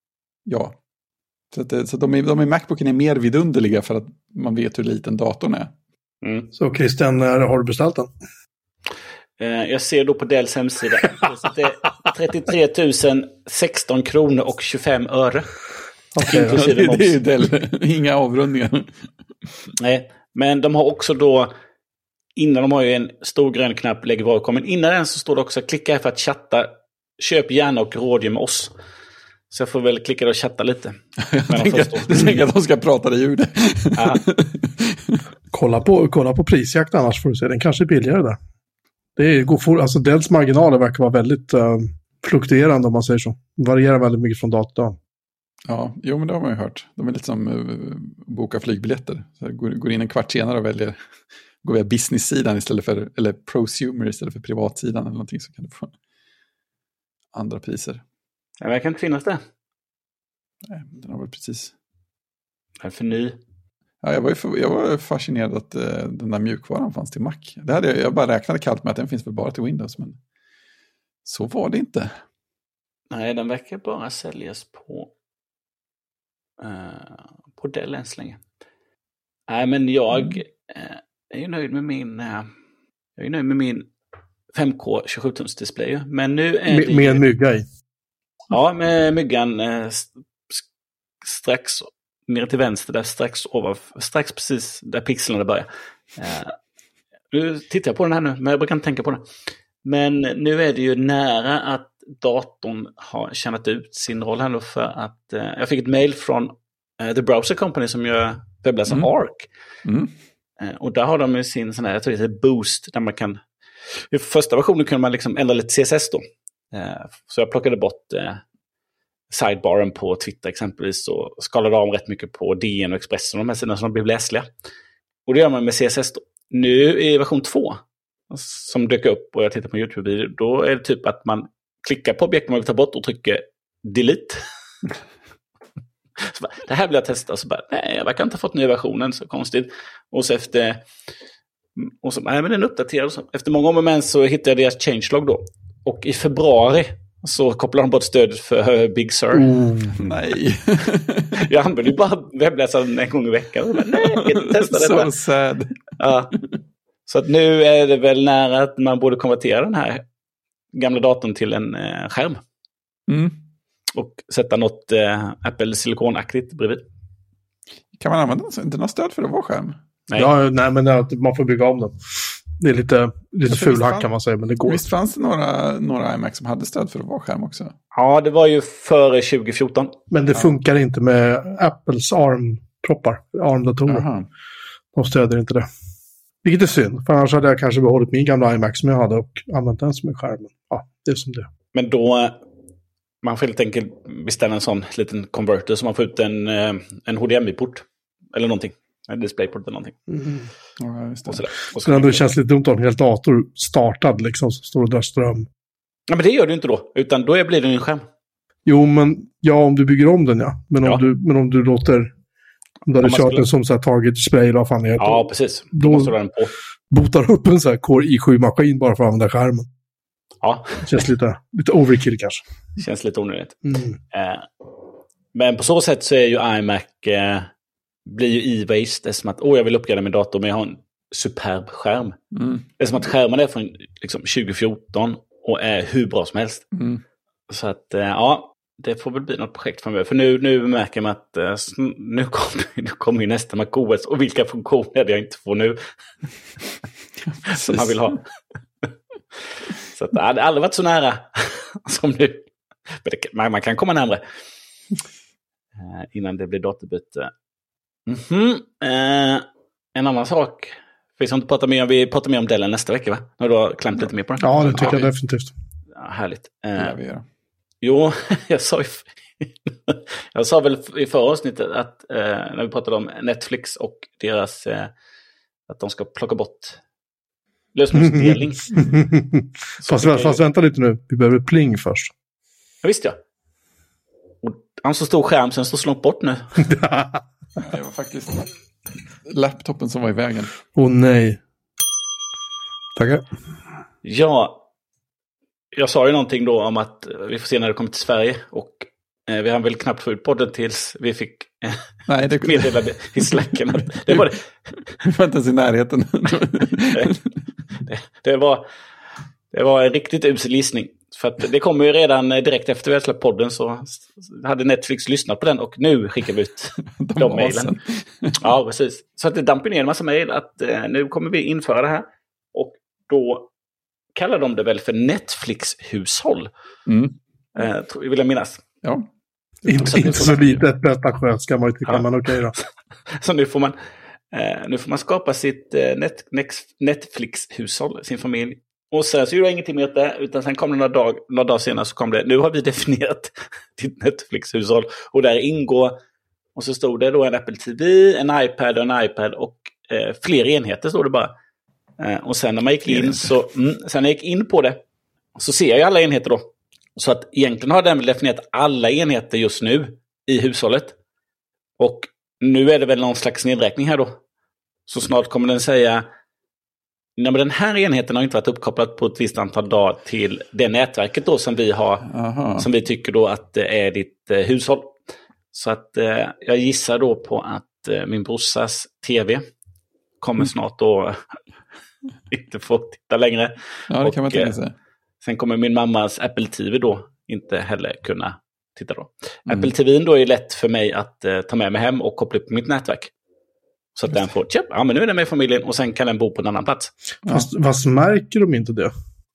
Så de i Macbooken är mer vidunderliga för att man vet hur liten datorn är. Så Christian, när har du beställt den? Jag ser då på Dells hemsida. Det är 33 016 kronor och 25 öre. Okay, det är ju Dell. Inga avrundningar. Nej, men de har också då, innan de har ju en stor grön knapp, lägg var, men innan den så står det också klicka här för att chatta. Köp gärna och rådgör med oss. Så jag får väl klicka och chatta lite. Du tänker att de ska prata dig ur det. Ja. Kolla på prisjakt annars får du se. Den kanske är billigare där. Alltså Dells marginaler verkar vara väldigt fluktuerande om man säger så. Varierar väldigt mycket från dag till dag. Ja, jo men det har man ju hört. De är lite som boka flygbiljetter. Så går in en kvart senare och går via business-sidan istället för, eller prosumer istället för privatsidan eller någonting, så kan du få andra priser. Det verkar inte finnas det. Nej, den har väl precis För ny. Ja, jag var fascinerad att den där mjukvaran fanns till Mac. Jag bara räknade kallt med att den finns väl bara till Windows, men så var det inte. Nej, den verkar bara säljas på Dell än så länge. Nej, men jag är ju nöjd med min 5K 27-tums display. Men nu är det med en mygga i. Ja, med myggan strax ner till vänster där, strax precis där pixlarna börjar. Nu tittar jag på den här nu, men jag brukar inte tänka på den. Men nu är det ju nära att datorn har tjänat ut sin roll här nu, för att jag fick ett mail från The Browser Company som gör webbläsaren Arc. Och där har de ju sin sån här, jag tror det heter Boost, där man kan, i första versionen kunde man liksom ändra lite CSS då. Så jag plockade bort sidebaren på Twitter exempelvis och skalade av rätt mycket på DN och Expressen och de här sidorna som blev läsliga. Och det gör man med CSS då. Nu i version 2 som dök upp och jag tittar på YouTube, då är det typ att man klickar på objekt man vill ta bort och trycker delete. Så bara, det här vill jag testa, och så bara, nej, jag verkar inte ha fått nya versionen, så konstigt. Och så nej, men den uppdaterades. Efter många om men så hittade jag deras changelog då. Och i februari så kopplade de bort stödet för Big Sur. Nej. Jag använder ju bara webbläsaren en gång i veckan. Men nej, jag kan inte testa det. So sad. Ja. Så att nu är det väl nära att man borde konvertera den här gamla datorn till en skärm. Och sätta något Apple silikonaktigt bredvid. Kan man använda den? Inte någon stöd för att vara skärm? Nej. Ja, nej, men man får bygga om den. Det är lite fulhack kan man säga, men det går. Visst fanns det några iMac som hade stöd för att vara skärm också? Ja, det var ju före 2014. Men det funkar inte med Apples ARM-proppar, ARM-datorer. De stöder inte det. Vilket är synd, för annars hade jag kanske behållit min gamla iMac som jag hade och använt den som en skärm. Ja, det är som det. Men då, man får helt enkelt beställa en sån liten converter så man får ut en HDMI-port eller någonting. En DisplayPort eller någonting. Ja, just det. Och så det känns lite dumt att ha en hel dator startad liksom, som står och drar ström. Ja, men det gör du inte då, utan då blir det en skärm. Jo, men om du bygger om den, ja. Men om du låter... Om du hade kört den som så här Target Display eller vad fan det heter. Ja, precis. Då måste du ha den på. Botar upp en så här Core i7-maskin bara för att använda skärmen. Ja. Känns lite overkill kanske. Känns lite onödigt. Men på så sätt så är ju iMac blir ju e-waste. Det är som att jag vill uppgradera min dator men jag har en superb skärm. Det är som att skärmen är från liksom, 2014 och är hur bra som helst. Så att det får väl bli något projekt framöver. För nu märker man att nu kommer ju nästa macOS. Och vilka funktioner jag inte får nu. Som man vill ha. Så att det hade aldrig varit så nära som nu. Men man kan komma närmare. Innan det blir datorbyte. En annan sak. Vi pratar mer om Dellen nästa vecka, va? När du har klämt lite mer på den. Ja, det tycker jag definitivt. Ja, härligt. Vi gör. Jo, jag sa väl i förra avsnittet att när vi pratade om Netflix och deras att de ska plocka bort lösenordsdelning. Fast vänta lite nu, vi behöver pling först. Ja, visst ja. Och han så stor skärm sen står slångt bort nu. Det var faktiskt laptopen som var i vägen. Nej. Tackar. Ja. Jag sa ju någonting då om att vi får se när det kommer till Sverige och vi har väl knappt fått ut podden tills vi fick meddelade i Slacken att det var det. Vi var inte ens i närheten. det var en riktigt usel gissning. För att det kommer ju redan direkt efter vi hade släppt podden så hade Netflix lyssnat på den och nu skickar vi ut de mejlen. Ja, precis. Så att det damper ner en massa mejl att nu kommer vi införa det här och då kallar de det väl för Netflix-hushåll. Vill jag minnas. Ja. Inte så litet pretentiöst ska man ju tycka, men okej då. Så nu får man skapa sitt Netflix-hushåll, sin familj. Och sen så gjorde jag ingenting med det, utan sen kom det några dagar senare så kom det, nu har vi definierat ditt Netflix-hushåll. Och där ingår, och så stod det då en Apple TV, en iPad och en iPad och fler enheter står det bara. Och sen när man gick in sen när jag gick in på det så ser jag alla enheter då. Så att egentligen har den väl definierat alla enheter just nu i hushållet. Och nu är det väl någon slags nedräkning här då. Så snart kommer den säga, nej, men den här enheten har inte varit uppkopplad på ett visst antal dagar till det nätverket då som vi har, som vi tycker då att det är ditt hushåll. Så att jag gissar då på att min brorsas tv kommer snart då inte få titta längre. Ja, det kan man tänka sig. Sen kommer min mammas Apple TV då inte heller kunna titta då. Apple TV då är lätt för mig att ta med mig hem och koppla upp mitt nätverk. Så att den får, ja men nu är den med i familjen och sen kan den bo på en annan plats. Fast märker de inte det?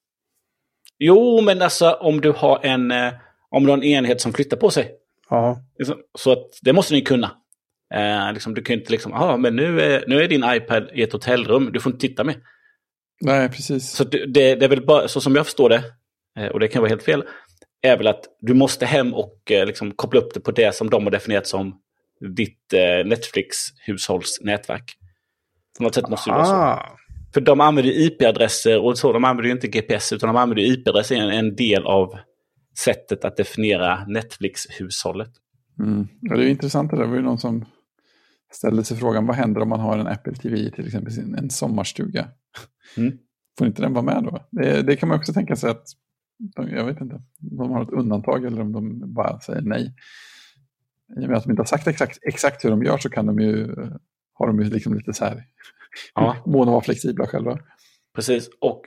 Jo, men alltså om du har en enhet som flyttar på sig. Ja. Så att det måste ni kunna. Du kan inte men nu är din iPad i ett hotellrum, du får inte titta med. Nej, precis. Så det är väl bara, så som jag förstår det, och det kan vara helt fel, är väl att du måste hem och koppla upp det på det som de har definierat som ditt Netflix-hushållsnätverk. På något sätt måste det vara så. För de använder IP-adresser och så, de använder ju inte GPS utan de använder IP-adresser en del av sättet att definiera Netflix-hushållet. Ja, det är intressant det där. Det var ju någon som ställde sig frågan, vad händer om man har en Apple TV till exempel i en sommarstuga? Får inte den vara med då? Det kan man också tänka sig att jag vet inte, de har ett undantag eller om de bara säger nej. I och med att de inte har sagt exakt hur de gör så kan har de ju lite så här mån att vara flexibla själva. Precis, och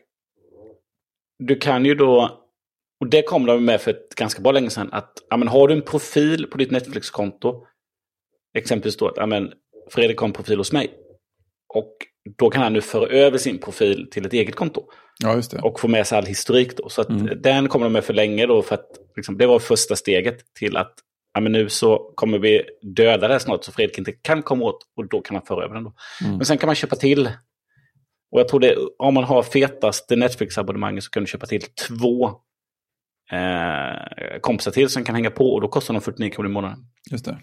du kan ju då, och det kom de med för ett ganska bra länge sedan, att har du en profil på ditt Netflix-konto, exempelvis då att Fredrik har en profil hos mig, och då kan han nu föra över sin profil till ett eget konto. Ja, just det. Och få med sig all historik då. Så att den kommer de med för länge då, för att det var första steget till att nu så kommer vi döda det här snart så Fredrik inte kan komma åt, och då kan man föra över den då. Men sen kan man köpa till, och jag tror det, om man har fetaste Netflix-abonnemanget så kan du köpa till 2 kompisar till som kan hänga på, och då kostar de 49 kr i månaden. Just det.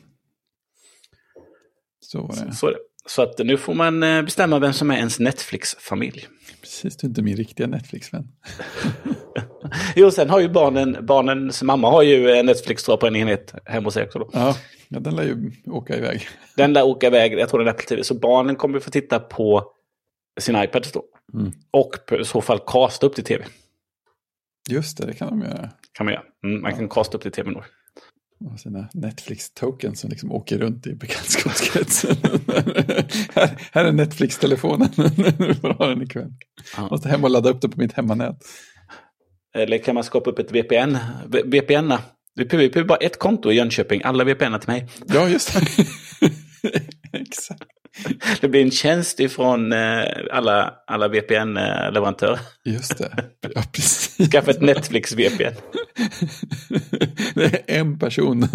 Så var det. Så är det. Så att nu får man bestämma vem som är ens Netflix-familj. Precis, du är inte min riktiga Netflix-vän. Jo, sen har ju barnens mamma har ju Netflix tror jag, på en enhet hemma hos sig också då. Ja, den lär ju åka iväg. Den lär åka iväg, jag tror den är Apple TV. Så barnen kommer få titta på sin iPad då. Och i så fall casta upp till TV. Just det kan de göra. Kan man göra. Man kan casta upp till TV då. Och sina Netflix-tokens som åker runt i bekantskapskretsen. här är Netflix-telefonen. Nu får ha den ikväll. Jag måste hem och ladda upp det på mitt hemmanät. Eller kan man skapa upp ett VPN? VPN-a. Vi behöver bara ett konto i Jönköping. Alla VPN-a till mig. Ja, just det. Exakt. Det blir en tjänst ifrån alla VPN-leverantörer. Just det. Ja, precis. Skaffa ett Netflix-VPN. Det är en person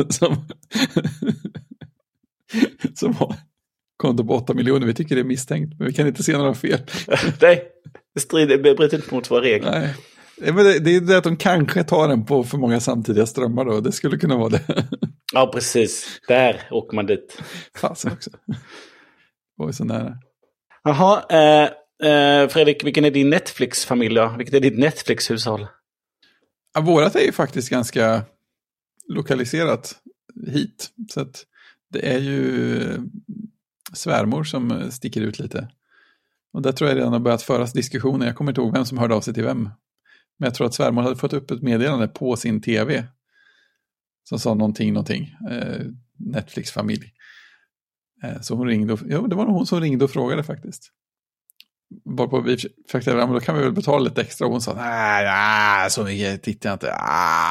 som har konto på 8 miljoner. Vi tycker det är misstänkt, men vi kan inte se några fel. Nej, det bryter inte mot våra regler. Nej. Men det är det att de kanske tar den på för många samtidiga strömmar då. Det skulle kunna vara det. Ja, precis. Där åker man dit. Fasen också. Oj, så nära. Jaha, Fredrik, vilken är din Netflix-familj då? Vilket är ditt Netflix-hushåll? Ja, vårat är ju faktiskt ganska lokaliserat hit. Så att det är ju svärmor som sticker ut lite. Och där tror jag redan har börjat föras diskussioner. Jag kommer inte ihåg vem som hörde av sig till vem. Men jag tror att svärmor hade fått upp ett meddelande på sin tv. Som sa någonting. Netflix-familj. Så hon ringde. Det var nog hon som ringde och frågade faktiskt. Varpå vi försökte, då kan vi väl betala lite extra. Och hon sa, nej, så mycket tittar jag inte.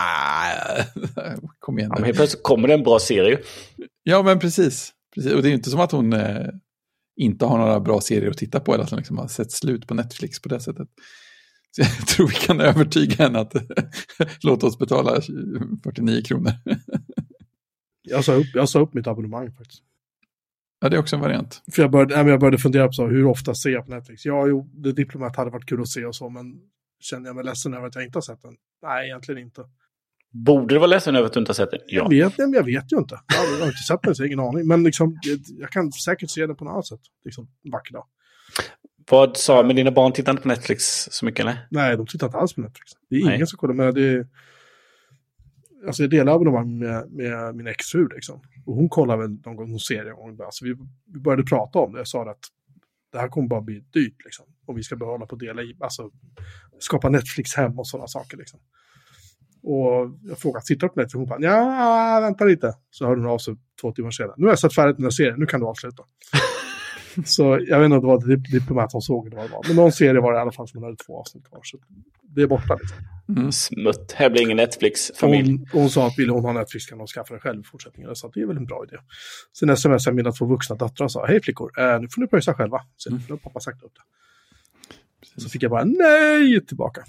Kom igen. Ja, men helt plötsligt kommer det en bra serie. Ja, men precis. Och det är ju inte som att hon inte har några bra serier att titta på. Eller att hon har sett slut på Netflix på det sättet. Så jag tror vi kan övertyga henne att låta oss betala 49 kronor. Jag sa upp mitt abonnemang faktiskt. Ja, det är också en variant. För jag började fundera på så, hur ofta ser jag på Netflix. Ja, det Diplomat hade varit kul att se och så, men känner jag mig ledsen över att jag inte har sett den? Nej, egentligen inte. Borde du vara ledsen över att du inte har sett den? Ja. Jag vet ju inte. Jag har inte sett den, så ingen aning. Men jag kan säkert se den på något annat sätt. Vacker dag. Vad sa med dina barn, tittar inte på Netflix så mycket, eller? Nej, de tittar inte alls på Netflix. Det är ingen som kollar med det. alltså jag delar abonnemang med min exfru liksom. Och hon kollar väl någon gång hon serie. Alltså vi började prata om det. Jag sa att det här kommer bara bli dyrt liksom. Och vi ska behålla på dela i, alltså skapa Netflix hem och sådana saker liksom. Och jag frågade, tittar på Netflix? Hon bara, ja, vänta lite. Så hörde hon av sig 2 timmar senare. Nu har jag sett färdigt den här serien, nu kan du avsluta. Så jag vet inte om det var Diplomat som såg det var. Men någon serie var det i alla fall som hade 2 avsnitt kvar. Så det är borta liksom. Smutt. Här blir ingen Netflix-familj. Hon sa att ville hon ha Netflix kan hon skaffa det själv i fortsättningen. Jag sa att det är väl en bra idé. Sen smsade mina 2 vuxna döttrar och sa, hej flickor, nu får ni pröjsa själva. Så nu har pappa sagt upp det. Så fick jag bara nej tillbaka.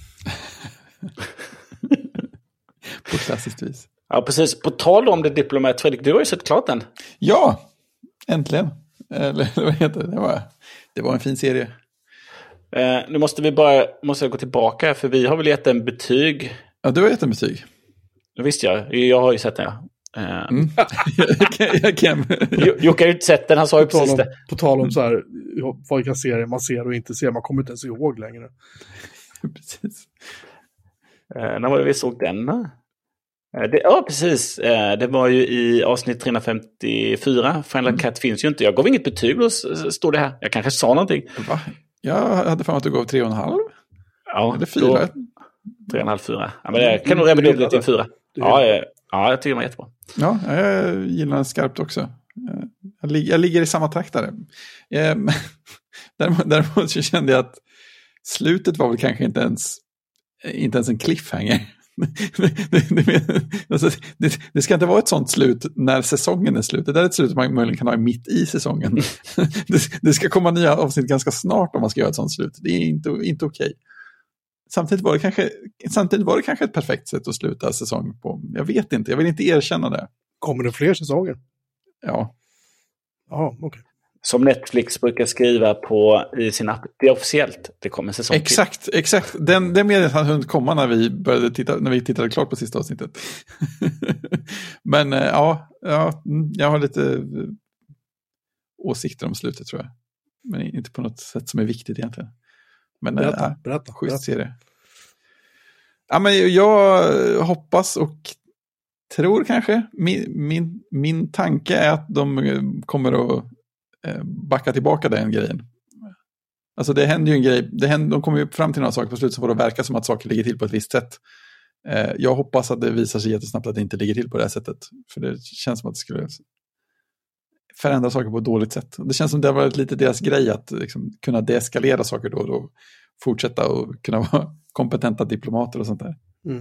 På klassiskt vis. Ja, precis. På tal om det Diplomat, Fredrik, du har ju sett klart den. Ja, äntligen. Eller vad heter det? Det var en fin serie. Nu måste jag gå tillbaka, för vi har väl gett en betyg. Ja, du har gett en betyg. Det visste jag. Jag har ju sett den, ja. Jag kan. Jocke har ju inte sett den, han sa ju precis det. På tal om så här, vilka serier man ser och inte ser, man kommer inte ens ihåg längre. Precis. När var det vi såg den? Ja, precis. Det var ju i avsnitt 354. Final Cut finns ju inte. Jag gav inget betyg, då står det här. Jag kanske sa någonting. Va? Jag hade fan att du gav 3,5. Ja, eller 4. 3,5, 4. Ja, men det kan nog revidera lite till 4. Ja, jag tycker det var jättebra. Ja, jag gillar den skarpt också. Jag ligger i samma takt där. Däremot så kände jag att slutet var väl kanske inte ens en cliffhanger. Det ska inte vara ett sånt slut när säsongen är slut. Det där är ett slut man möjligen kan ha mitt i säsongen. Det ska komma nya avsnitt ganska snart om man ska göra ett sånt slut. Det är inte okej. Samtidigt var det kanske ett perfekt sätt att sluta säsong på. Jag vet inte, jag vill inte erkänna det. Kommer det fler säsonger? Ja. Ja, okej. Som Netflix brukar skriva i sin app. Det är officiellt. Det kommer säsong till. Exakt. Den meddelandet hann hunnit komma när vi tittade klart på sista avsnittet. Men ja, jag har lite åsikter om slutet, tror jag. Men inte på något sätt som är viktigt egentligen. Men berätta. Schysst serie. Ja, men jag hoppas och tror kanske. Min tanke är att de kommer att backa tillbaka den grejen. Alltså det händer ju en grej. De kommer ju fram till några saker på slutet som får det verka som att saker ligger till på ett visst sätt. Jag hoppas att det visar sig jättesnabbt att det inte ligger till på det här sättet. För det känns som att det skulle förändra saker på ett dåligt sätt. Det känns som det har varit lite deras grej att liksom kunna deeskalera saker då och då. Fortsätta och kunna vara kompetenta diplomater och sånt där.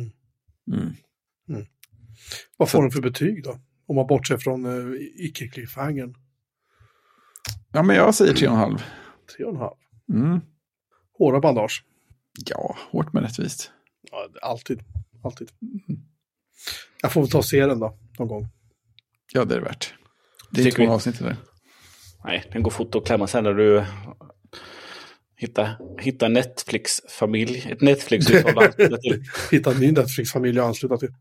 Vad får de för betyg då? Om man bortser från icke-cliffhangern. Ja, men jag säger 3,5. 3,5. Hårda bandage. Ja, hårt men rättvist. Ja, alltid. Jag får väl ta serien då, någon gång. Ja, det är det värt. Det är inte många avsnitt där. Nej, den går fort att klämma sen när du hittar en Netflix-familj. Ett Netflix-hushåll. Hitta en ny Netflix-familj att ansluta till.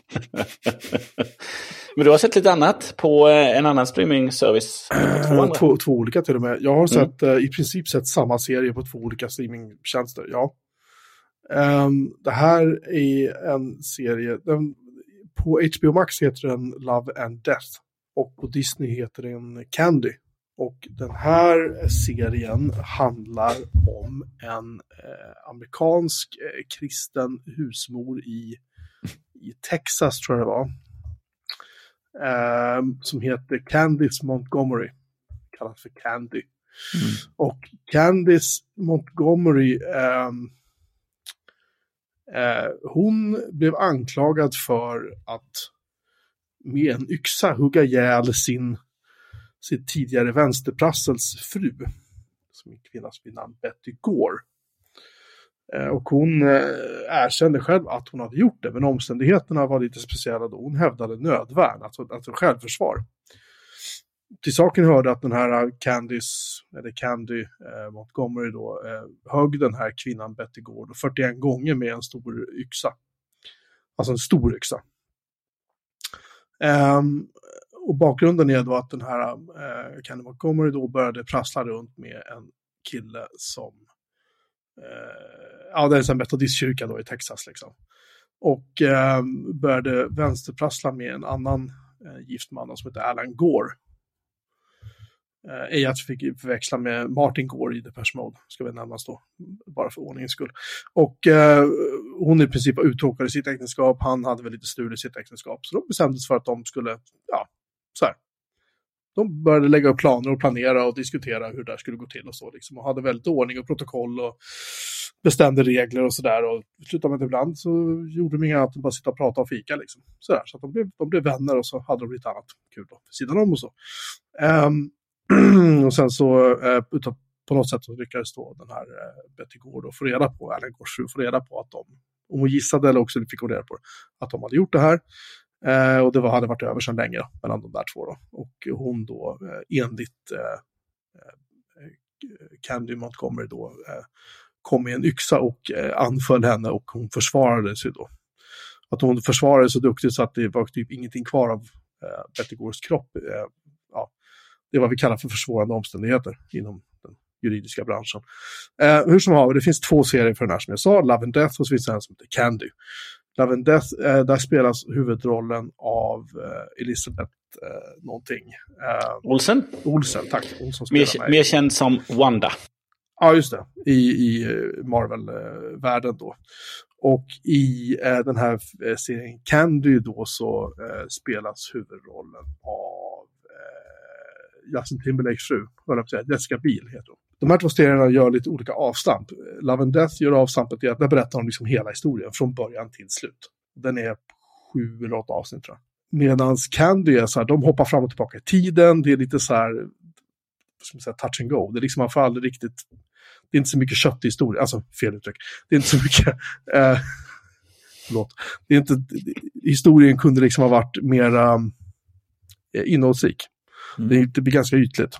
Men du har sett lite annat på en annan streaming-service? Två olika till och med. Jag har sett i princip sett samma serie på 2 olika streamingtjänster, ja. Det här är en serie, på HBO Max heter den Love and Death och på Disney heter den Candy. Och den här serien handlar om en amerikansk kristen husmor i Texas, tror jag det var. Som heter Candice Montgomery. Kallas för Candy. Och Candice Montgomery hon blev anklagad för att med en yxa hugga ihjäl sin tidigare vänsterprassels fru, som är kvinnas vid namn Betty Gore. Och hon erkände själv att hon hade gjort det, men omständigheterna var lite speciella då. Hon hävdade nödvärn, alltså självförsvar. Till saken hörde att den här Candy Montgomery då högg den här kvinnan Betty Gore 41 gånger med en stor yxa. Alltså en stor yxa. Och bakgrunden är då att den här Candy Montgomery då började prassla runt med en kille som det är en metodistkyrka då i Texas liksom. Och började vänsterprassla med en annan gift man som heter Alan Gore. Ej att fick förväxla med Martin Gore i Depeche Mode, ska vi närmast då, bara för ordningens skull. Och hon i princip var uttråkad i sitt äktenskap, han hade väl lite strul i sitt äktenskap, så de bestämde sig för att de skulle, så här. De började lägga upp planer och planera och diskutera hur det där skulle gå till och så liksom, och hade väldigt ordning och protokoll och bestämde regler och sådär, och slutade med att ibland så gjorde de inga annat än bara sitta och prata och fika liksom. Så att de blev vänner och så hade de lite annat kul då, sidan om och så. Och sen så på något sätt så lyckades då den här Betty Gore få reda på, Alan Gores fru, få reda på att om hon gissade eller också fick hon reda på att de hade gjort det här. Och det hade varit över sedan länge mellan de där två då. Och hon då enligt Candy Montgomery då kom med en yxa och anföll henne, och hon försvarade sig då. Att hon försvarade så duktigt så att det var typ ingenting kvar av Betty Gores kropp. Det är vad vi kallar för försvårande omständigheter inom den juridiska branschen. Hur som helst, det finns 2 serier för den här som jag sa, Love and Death, och så finns det en som heter Candy. Love and Death, där spelas huvudrollen av Elizabeth någonting. Olsen, tack. Olsen mer känd som Wanda. Ja, just det. I Marvel-världen då. Och i den här serien Candy då så spelas huvudrollen av Justin Timberlakes fru, Jessica Biel heter hon. De här 2 serierna gör lite olika avstamp. Love and Death gör avstampet i att där berättar de liksom hela historien från början till slut. Den är 7 eller 8 avsnitt tror jag. Medan Candy är så här, de hoppar fram och tillbaka i tiden. Det är lite så här, vad ska man säga, touch and go. Det är liksom man får aldrig riktigt, det är inte så mycket kött i historien. Alltså, fel uttryck. Det är inte så mycket, förlåt. Det är inte, historien kunde liksom ha varit mer innehållsrik. Det blir ganska ytligt.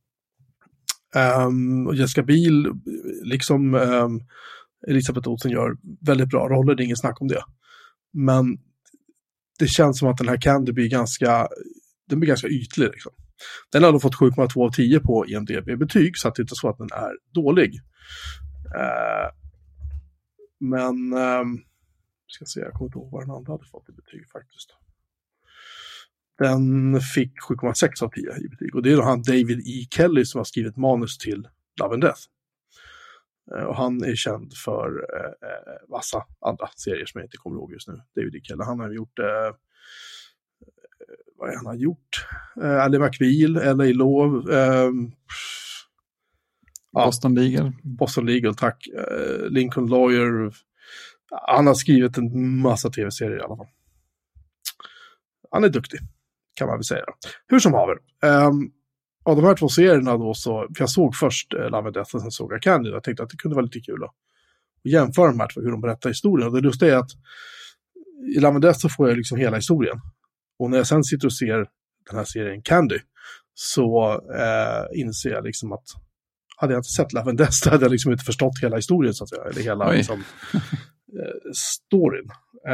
Och Jessica Biel, liksom Elisabeth Olsen, gör väldigt bra roller, det är ingen snack om det. Men det känns som att den här Candy blir ganska ytlig liksom. Den har då fått 7,2 av 10 på IMDb-betyg, så att det inte är så att den är dålig. Men ska se, jag kommer inte ihåg vad den andra hade fått i betyg faktiskt. Den fick 7,6 av 10 i betyg. Och det är då han David E. Kelly som har skrivit manus till Love and Death. Och han är känd för massa andra serier som jag inte kommer ihåg just nu. David E. Kelly, han har gjort vad är han har gjort? Ally McBeal, L.A. Law, Boston Legal, tack. Lincoln Lawyer. Han har skrivit en massa tv-serier i alla fall. Han är duktig, kan man väl säga. Hur som haver. Av de här 2 serierna då så, för jag såg först Love and Death och sen såg jag Candy. Jag tänkte att det kunde vara lite kul att jämföra de här 2, hur de berättar historien. Och det just är att i Love and Death så får jag liksom hela historien. Och när jag sen sitter och ser den här serien Candy så inser jag liksom att hade jag inte sett Love and Death så hade jag liksom inte förstått hela historien så att säga. Eller hela liksom, storyn.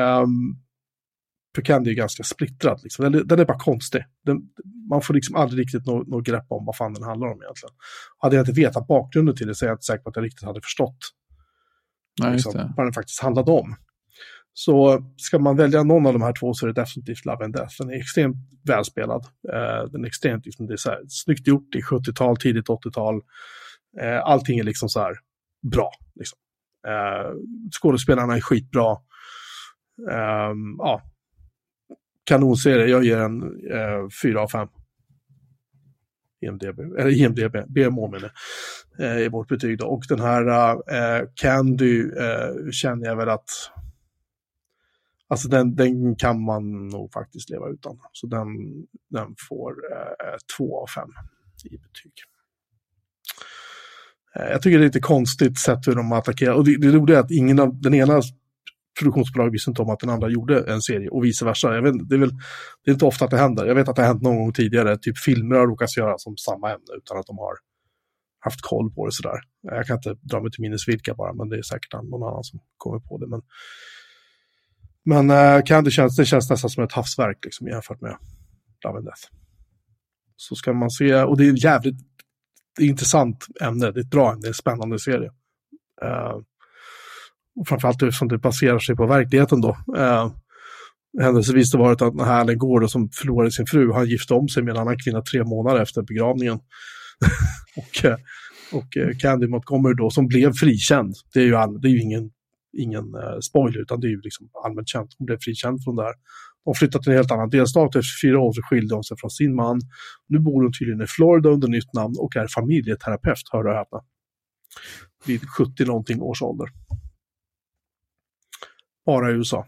För Candy är ganska splittrad. Liksom. Den är bara konstig. Man får liksom aldrig riktigt något grepp om vad fan den handlar om egentligen. Hade jag inte vetat bakgrunden till det så är jag inte säker på att jag riktigt hade förstått liksom, vad den faktiskt handlade om. Så ska man välja någon av de här 2 så är det definitivt Love and Death. Den är extremt välspelad. Den är extremt liksom, det är så här, snyggt gjort i 70-tal, tidigt 80-tal. Allting är liksom så här bra. Liksom. Skådespelarna är skitbra. Kanonserie, jag ger en 4 av 5. IMDb, BMO menar i vårt betyg då. Och den här Candy känner jag väl att alltså den kan man nog faktiskt leva utan. Så den får 2 av 5 i betyg. Jag tycker det är lite konstigt sätt hur de attackerar. Och det roliga är att ingen av den ena produktionsbolag visste inte om att den andra gjorde en serie och vice versa. Jag vet, det är inte ofta att det händer. Jag vet att det har hänt någon gång tidigare. Typ filmer har råkat göra som samma ämne utan att de har haft koll på det sådär. Jag kan inte dra mig till minnes vilka bara, men det är säkert någon annan som kommer på det. Men det känns nästan som ett havsverk liksom, jämfört med Love and Death. Så ska man se, och det är jävligt intressant ämne. Det är ett bra ämne, det är en spännande serie. Och framförallt eftersom det baserar sig på verkligheten då. Händelsevis det varit att Alan Gore som förlorade sin fru, han gifte om sig med en annan kvinna 3 månader efter begravningen. och Candy Montgomery då, som blev frikänd. Det är ju ingen spoiler, utan det är ju liksom allmänt känt. Hon blev frikänd från där. De flyttade till en helt annan delstat. Efter 4 år så skilde hon sig från sin man. Nu bor hon tydligen i Florida under nytt namn och är familjeterapeut, hör du häpna. Vid 70-någonting års ålder. Bara i USA.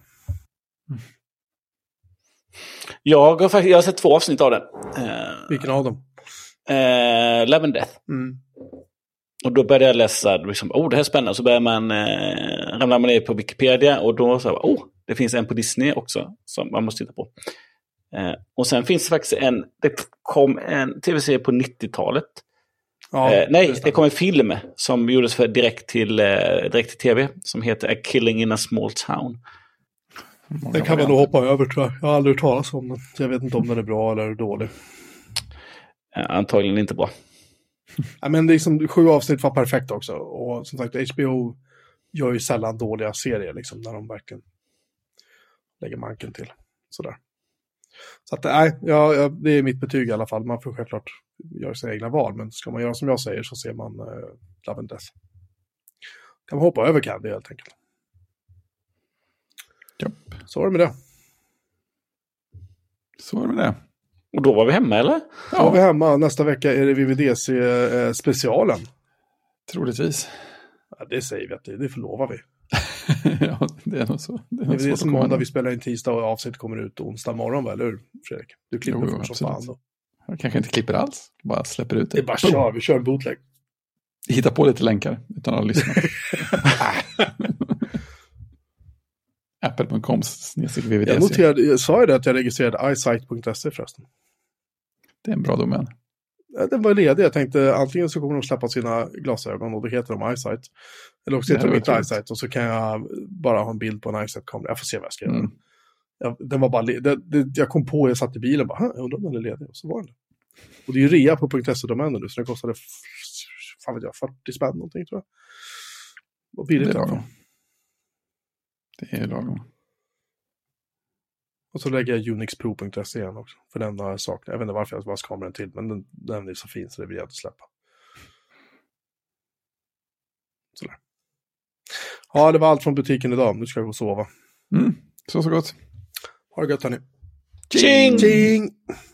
Jag har sett 2 avsnitt av den. Vilken av dem? Love and Death. Och då började jag läsa, liksom, det här är spännande. Så börjar man ramla ner på Wikipedia och då så det finns en på Disney också som man måste titta på. Och sen finns det faktiskt det kom en tv-serie på 90-talet. Ja, det kom en film som gjordes för direkt till tv som heter A Killing in a Small Town. Den kan man nog hoppa över, tror jag. Jag har aldrig hört talas om den. Jag vet inte om den är bra eller dålig. Antagligen inte bra. Ja, men det är liksom 7 avsnitt var perfekt också. Och som sagt, HBO gör ju sällan dåliga serier liksom, när de verkligen lägger manken till. Sådär. Så att det är mitt betyg i alla fall. Man får självklart göra sina egna val. Men ska man göra som jag säger så ser man Love and Death. Kan man hoppa över Candy helt enkelt. Japp. Så var det med det. Så var det med det. Och då var vi hemma, eller? Ja, var vi hemma. Nästa vecka är det VVDC-specialen. Troligtvis. Ja, det säger vi att det förlovar vi. Ja, det är nog så. Det är som måndag vi spelar in tisdag och avsnitt kommer ut onsdag morgon, eller hur, Fredrik? Du klipper för så fan då. Jag kanske inte klipper alls. Bara släpper ut det. Det är bara vi kör en bootleg. Hitta på lite länkar utan att lyssna. Apple.com/VVDC. Jag sa ju det att jag registrerade eyesight.se förresten. Det är en bra domän. Den var ledig. Jag tänkte antingen så kommer de släppa sina glasögon och då heter de eyesight. Eller också heter de inte eyesight och så kan jag bara ha en bild på en eyesight-kamera. Jag får se vad jag ska göra. Den var bara jag kom på, jag satt i bilen och bara, jag undrar om den är ledig. Och så var den. Och det är ju rea på .se-domänen nu så den kostade 40 spänn någonting, tror jag. Vad billigt det var. Det är lagom. Och så lägger jag unixpro.se igen också. För den har jag saknat. Jag vet inte varför jag bara ska kameran till. Men den är så fin så det vill jag inte släppa. Sådär. Ja, det var allt från butiken idag. Nu ska jag gå och sova. Så gott. Ha det gött, hörni. Tjing! Tjing!